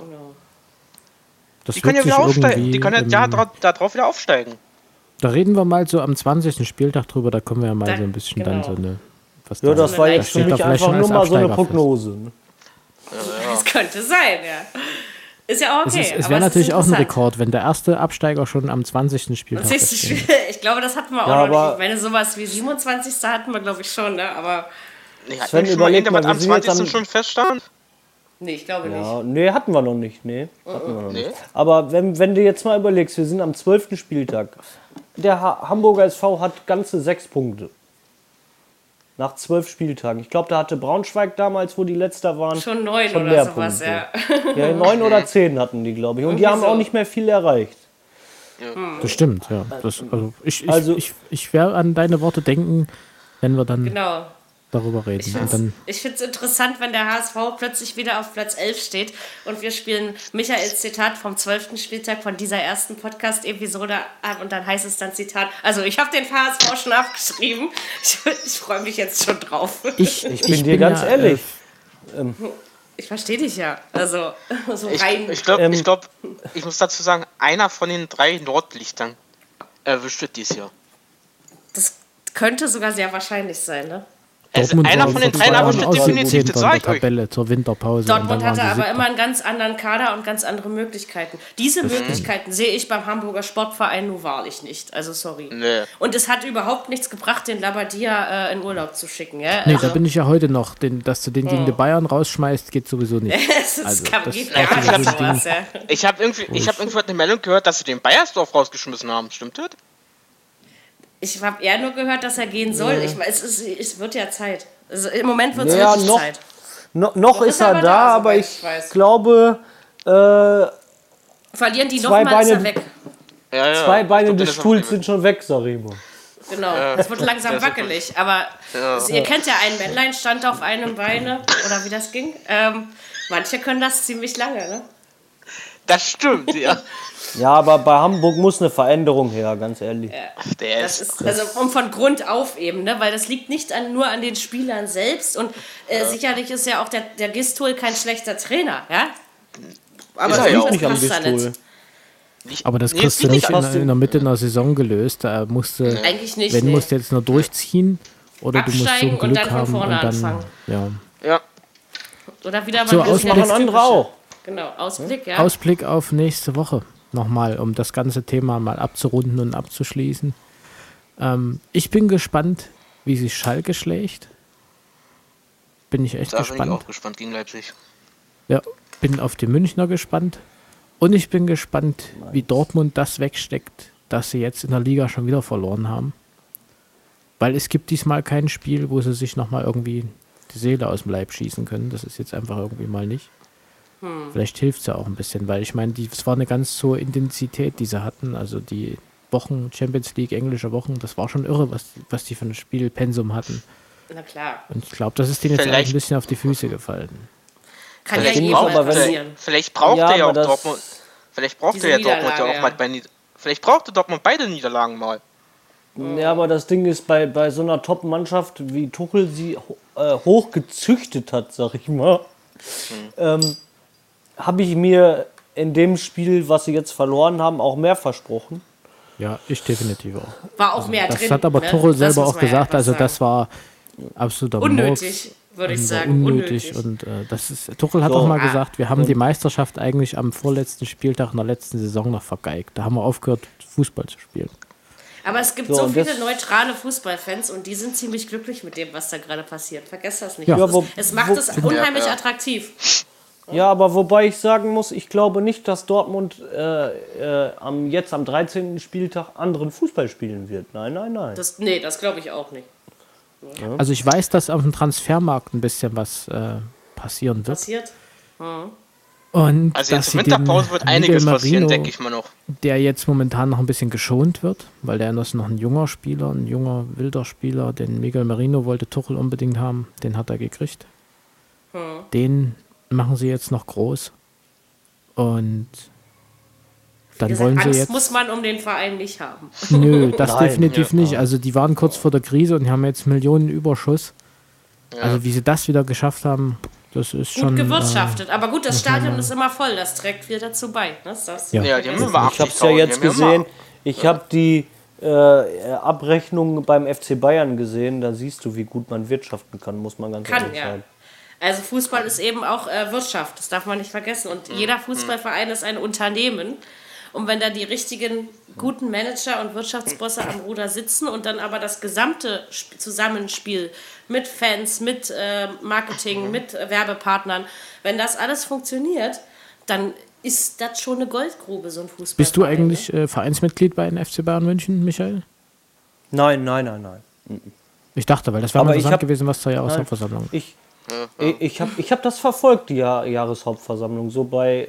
Das Die können ja wird wieder sich aufsteigen. irgendwie, Die können ja da drauf wieder aufsteigen. Da reden wir mal so am 20. Spieltag drüber, da können wir ja mal Da- so ein bisschen genau. dann so eine... Was Ja, da- das war Da jetzt für steht da mich vielleicht einfach schon nur als mal so eine Absteiger fest. Prognose. Ne? Das könnte sein, ja. Ist ja auch okay. Es aber wäre natürlich auch ein interessant. Rekord, wenn der erste Absteiger schon am 20. Spieltag Das nächste feststeht. Spiel, ich glaube, das hatten wir auch Ja, noch nicht. aber- Ich meine, sowas wie 27. hatten wir, glaube ich, schon, ne? Aber Nee, hat Sven, nicht schon mal überleg irgendwas mal, am wir sind jetzt 20. am- schon feststand? nee, ich glaube nicht. Ja, nee, hatten wir noch nicht. Nee, hatten wir noch Nee. nicht. Aber wenn du jetzt mal überlegst, wir sind am 12. Spieltag. Der Hamburger SV hat ganze 6 Punkte. Nach 12 Spieltagen. Ich glaube, da hatte Braunschweig damals, wo die Letzter waren, Schon 9 schon oder mehr sowas, Punkte. ja. Ja, 9 oder 10 hatten die, glaube ich. Und die Irgendwie haben auch so. nicht mehr viel erreicht. Das stimmt, ja. Ich werde an deine Worte denken, wenn wir dann Genau. darüber reden. Und dann, Ich finde es interessant, wenn der HSV plötzlich wieder auf Platz 11 steht und wir spielen Michaels Zitat vom 12. Spieltag von dieser ersten Podcast-Episode ab und dann heißt es dann Zitat, also ich habe den HSV schon abgeschrieben, ich freue mich jetzt schon drauf. ich bin dir ganz ehrlich. Ich verstehe dich ja, also so rein. Ich glaube, ich muss dazu sagen, einer von den 3 Nordlichtern erwischt wird dieses Jahr. Das könnte sogar sehr wahrscheinlich sein, ne? Also Dortmund einer war von den vor 3 2 Jahren erwischt auch wird definitiv, das 17. sage in ich der euch. Tabelle zur Winterpause. Dortmund und dann hatte waren sie aber 7. immer einen ganz anderen Kader und ganz andere Möglichkeiten. Diese Möglichkeiten sehe ich beim Hamburger Sportverein nur wahrlich nicht. Also sorry. Nee. Und es hat überhaupt nichts gebracht, den Labadia in Urlaub zu schicken. Ja? Nee, Also, da bin ich ja heute noch. Dass du den gegen die Bayern rausschmeißt, geht sowieso nicht. das Also, kann, das geht ist gar auch nicht so ein sowas. Ja. Ich habe irgendwo eine Meldung gehört, dass sie den Bayersdorf rausgeschmissen haben. Stimmt das? Ich habe eher nur gehört, dass er gehen soll. Ich weiß, es wird ja Zeit. Also im Moment wird es Ja, wirklich noch- Zeit. Noch ist er aber da, da, aber soweit ich ich weiß. glaube, Verlieren die Zwei nochmal, ist er Beine- weg. Ja, 2 Beine Ich glaub, des das ist Stuhls sind schon weg, sag ich mal. Genau, es wird langsam Ja, super. wackelig. Aber ihr kennt ja, ein Männlein stand auf einem Beine, oder wie das ging. Manche können das ziemlich lange, ne? Das stimmt, ja. Ja, aber bei Hamburg muss eine Veränderung her, ganz ehrlich. Der Das ist, ist also von Grund auf eben, ne? Weil das liegt nicht nur an den Spielern selbst und sicherlich ist ja auch der Gistol kein schlechter Trainer, ja? Aber Ist er so ja auch Nicht am passt da Gistol. Aber das Nee, kriegst du liegt nicht nicht in der Mitte einer Saison gelöst. Da musst du, eigentlich nicht. wenn Nee. musst du jetzt nur durchziehen oder du musst so Absteigen ein und Glück dann von haben und vorne dann anfangen. ja. ja. Oder wieder So, mal ein Das bisschen machen das andere Typische. auch. Genau, Ausblick, ja. Ausblick auf nächste Woche nochmal, um das ganze Thema mal abzurunden und abzuschließen. Ich bin gespannt, wie sich Schalke schlägt. Bin ich echt Da bin ich gespannt. auch gespannt gegen Leipzig. Ja, bin auf die Münchner gespannt. Und ich bin gespannt, wie Dortmund das wegsteckt, dass sie jetzt in der Liga schon wieder verloren haben. Weil es gibt diesmal kein Spiel, wo sie sich nochmal irgendwie die Seele aus dem Leib schießen können. Das ist jetzt einfach irgendwie mal nicht. Vielleicht hilft es ja auch ein bisschen, weil ich meine, es war eine ganz hohe Intensität, die sie hatten. Also die Wochen, Champions League, englische Wochen, das war schon irre, was die für ein Spielpensum hatten. Na klar. Und ich glaube, das ist denen jetzt Vielleicht- eigentlich ein bisschen auf die Füße gefallen. Kann ja Vielleicht eh braucht- mal aber wenn- passieren. Vielleicht braucht Ja, er ja aber auch das- Dortmund. Vielleicht braucht Diese er ja Dortmund ja Niederlage, auch mal vielleicht brauchte Dortmund beide Niederlagen mal. Ja, aber das Ding ist, bei so einer Top-Mannschaft, wie Tuchel sie hoch gezüchtet hat, sag ich mal, habe ich mir in dem Spiel, was sie jetzt verloren haben, auch mehr versprochen. Ja, ich definitiv auch. War auch mehr Das drin. hat aber ne? Tuchel Das selber muss auch man ja gesagt, einfach also sagen. das war absoluter unnötig, würde ich und war sagen. unnötig. Und Tuchel hat So. auch mal gesagt, wir haben die Meisterschaft eigentlich am vorletzten Spieltag in der letzten Saison noch vergeigt. Da haben wir aufgehört, Fußball zu spielen. Aber es gibt So, so und viele das- neutrale Fußballfans und die sind ziemlich glücklich mit dem, was da gerade passiert. Vergesst das nicht. Ja. Es, Ja, es macht es unheimlich attraktiv. Ja, aber wobei ich sagen muss, ich glaube nicht, dass Dortmund jetzt am 13. Spieltag anderen Fußball spielen wird. Nein, nein, nein. Das glaube ich auch nicht. Also ich weiß, dass auf dem Transfermarkt ein bisschen was passieren wird. Passiert? Und Also dass jetzt sie zur Winterpause den wird einiges Miguel passieren, Marino, denke ich mal noch. der jetzt momentan noch ein bisschen geschont wird, weil der ist noch ein junger Spieler, ein junger, wilder Spieler. Den Miguel Marino wollte Tuchel unbedingt haben, den hat er gekriegt. Den machen sie jetzt noch groß. Und dann Wie gesagt, wollen sie Angst jetzt... muss man um den Verein nicht haben. Nö, das Nein, definitiv ja. nicht. Also die waren kurz vor der Krise und haben jetzt Millionen Überschuss. Also wie sie das wieder geschafft haben, das ist Gut schon... gewirtschaftet. Aber gut, das Stadion ist immer voll. Das trägt wieder dazu bei. Ne? Das Ja. Ja, die haben immer Ich habe es ja jetzt gesehen. Ich habe die Abrechnung beim FC Bayern gesehen. Da siehst du, wie gut man wirtschaften kann, muss man ganz Kann, ehrlich ja. sagen. Also Fußball ist eben auch Wirtschaft. Das darf man nicht vergessen. Und jeder Fußballverein ist ein Unternehmen. Und wenn da die richtigen guten Manager und Wirtschaftsbosse am Ruder sitzen und dann aber das gesamte Zusammenspiel mit Fans, mit Marketing, mit Werbepartnern, wenn das alles funktioniert, dann ist das schon eine Goldgrube, so ein Fußball. Bist du eigentlich Vereinsmitglied bei den FC Bayern München, Michael? Nein, nein, nein, nein. Ich dachte, weil das wäre Aber mal ich interessant hab- gewesen, was zur Jahreshauptversammlung. Ich hab das verfolgt, die Jahreshauptversammlung. So bei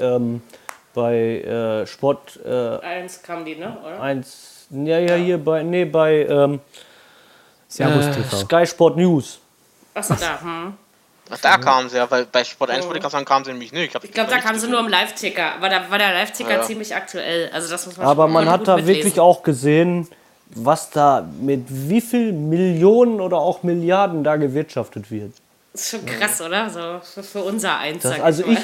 Sport Eins kam die, ne? Oder? 1. Ja, hier bei Servus TV. Sky Sport News. Achso, da. Ach, da kamen sie ja, weil bei Sport 1 wollte ich gerade sagen, kamen sie nämlich nicht. Ich glaube, da kamen sie nur im Live-Ticker. Aber da war der Live-Ticker Ja. ziemlich aktuell. Also das muss man Aber schon man gut hat da mitlesen. wirklich auch gesehen, was da mit wie viel Millionen oder auch Milliarden da gewirtschaftet wird. Das ist schon krass, oder? So für unser Eins. Das, sag also mal.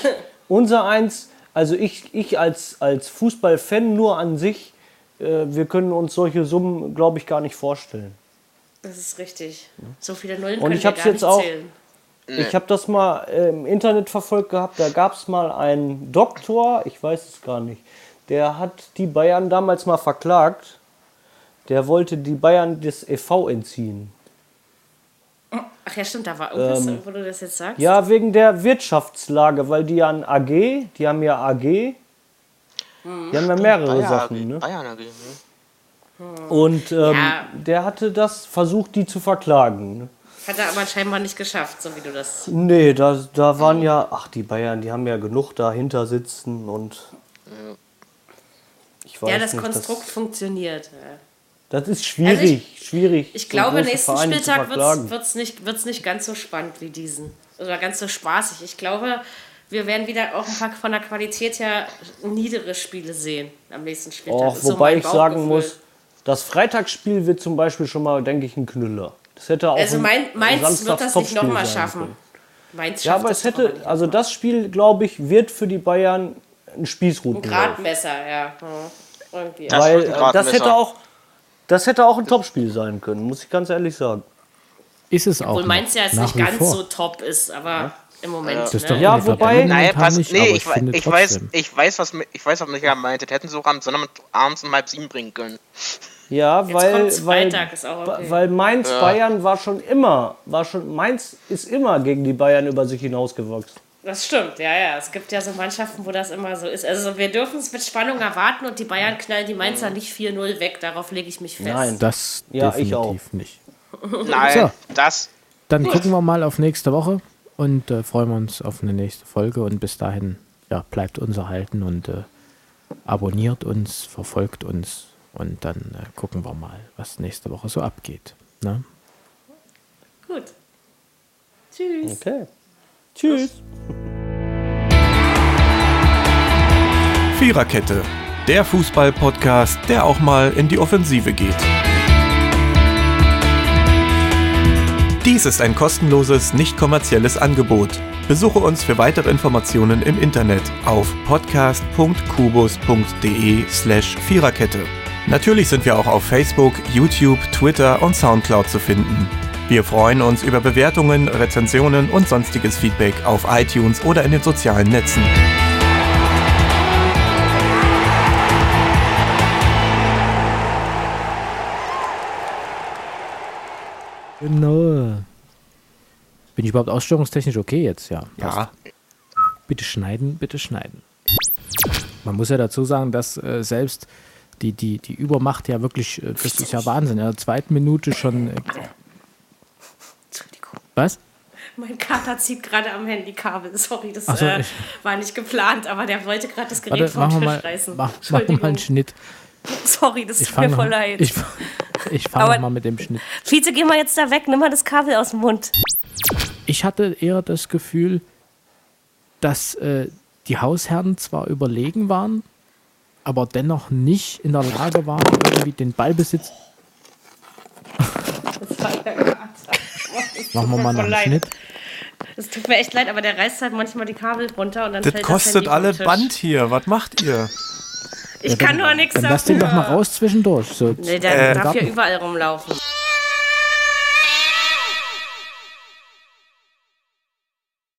ich als Fußballfan nur an sich, wir können uns solche Summen, glaube ich, gar nicht vorstellen. Das ist richtig. So viele Nullen Und können ich wir hab's gar jetzt nicht auch- zählen. Ich habe das mal im Internet verfolgt gehabt, da gab es mal einen Doktor, ich weiß es gar nicht, der hat die Bayern damals mal verklagt. Der wollte die Bayern des e.V. entziehen. Ach ja, stimmt, da war irgendwas, wo du das jetzt sagst. Ja, wegen der Wirtschaftslage, weil die ja ein AG, die haben ja AG, die haben ja mehrere Sachen. Ne? Bayern AG, Und Ja. der hatte das versucht, die zu verklagen. Ne? Hat er aber scheinbar nicht geschafft, so wie du das... Nee, da waren ja, die Bayern, die haben ja genug dahinter sitzen und ich weiß Ja, das nicht, Konstrukt funktioniert. Ja. das ist schwierig, schwierig. Ich so glaube, große nächsten Vereine zu Spieltag verklagen. wird's nicht ganz so spannend wie diesen. Oder ganz so spaßig. Ich glaube, wir werden wieder auch ein paar von der Qualität her niedere Spiele sehen am nächsten Spieltag. Auch, wobei ich sagen muss, das Freitagsspiel wird zum Beispiel schon mal, denke ich, ein Knüller. Das hätte auch also Mainz wird das nicht nochmal sein schaffen. können. Mainz Ja, aber es hätte, also das Spiel, glaube ich, wird für die Bayern ein Spießrutenlauf. ein Gradmesser, ja. Irgendwie. Weil das hätte auch ein Topspiel sein können, muss ich ganz ehrlich sagen. Ist es auch. Obwohl Mainz ja jetzt nach nicht wie ganz vor. so top ist, aber im Moment. Das ist ne? doch Ja, in der wobei- Tabelle Nein, momentan nicht, aber ich weiß, was Michael meinte. Hätten sie auch am Sonntag abends um 6:30 bringen können. Ja, Jetzt weil kommt's Freitag, ist auch okay. weil Mainz-Bayern Mainz ist immer gegen die Bayern über sich hinausgewachsen. Das stimmt, ja. Es gibt ja so Mannschaften, wo das immer so ist. Also wir dürfen es mit Spannung erwarten und die Bayern knallen die Mainzer nicht 4-0 weg. Darauf lege ich mich fest. Nein. Das Ja, ich definitiv nicht. Nein, So. das. Dann gucken wir mal auf nächste Woche und freuen wir uns auf eine nächste Folge. Und bis dahin, ja, bleibt uns erhalten und abonniert uns, verfolgt uns. Und dann gucken wir mal, was nächste Woche so abgeht. Ne? Gut. Tschüss. Okay. Tschüss. Viererkette, der Fußball-Podcast, der auch mal in die Offensive geht. Dies ist ein kostenloses, nicht kommerzielles Angebot. Besuche uns für weitere Informationen im Internet auf podcast.kubus.de/Viererkette. Natürlich sind wir auch auf Facebook, YouTube, Twitter und Soundcloud zu finden. Wir freuen uns über Bewertungen, Rezensionen und sonstiges Feedback auf iTunes oder in den sozialen Netzen. Genau. Bin ich überhaupt aussteuerungstechnisch okay jetzt? Ja. Passt. Ja, Bitte schneiden, bitte schneiden. Man muss ja dazu sagen, dass selbst die Übermacht ja wirklich, das ist ja Wahnsinn. In der zweiten Minute schon. Entschuldigung. Was? Mein Kater zieht gerade am Handykabel. Sorry, das Ach so, war nicht geplant, aber der wollte gerade das Gerät Warte, vom machen wir Tisch mal, reißen. machen wir mal einen Schnitt. Sorry, das Ich tut mir fange voll leid. ich fange Aber- mal mit dem Schnitt. Vize, geh mal jetzt da weg, nimm mal das Kabel aus dem Mund. Ich hatte eher das Gefühl, dass die Hausherren zwar überlegen waren, aber dennoch nicht in der Lage waren, irgendwie den Ballbesitz. Das war der Kater. Machen wir mal noch einen Schnitt. Es tut mir echt leid, aber der reißt halt manchmal die Kabel runter und dann das fällt kostet das Handy alle vom Tisch. Band hier. Was macht ihr? Ich kann doch nichts Dann dafür. lass den doch mal raus zwischendurch. So, Nee, der darf Garten. ja überall rumlaufen.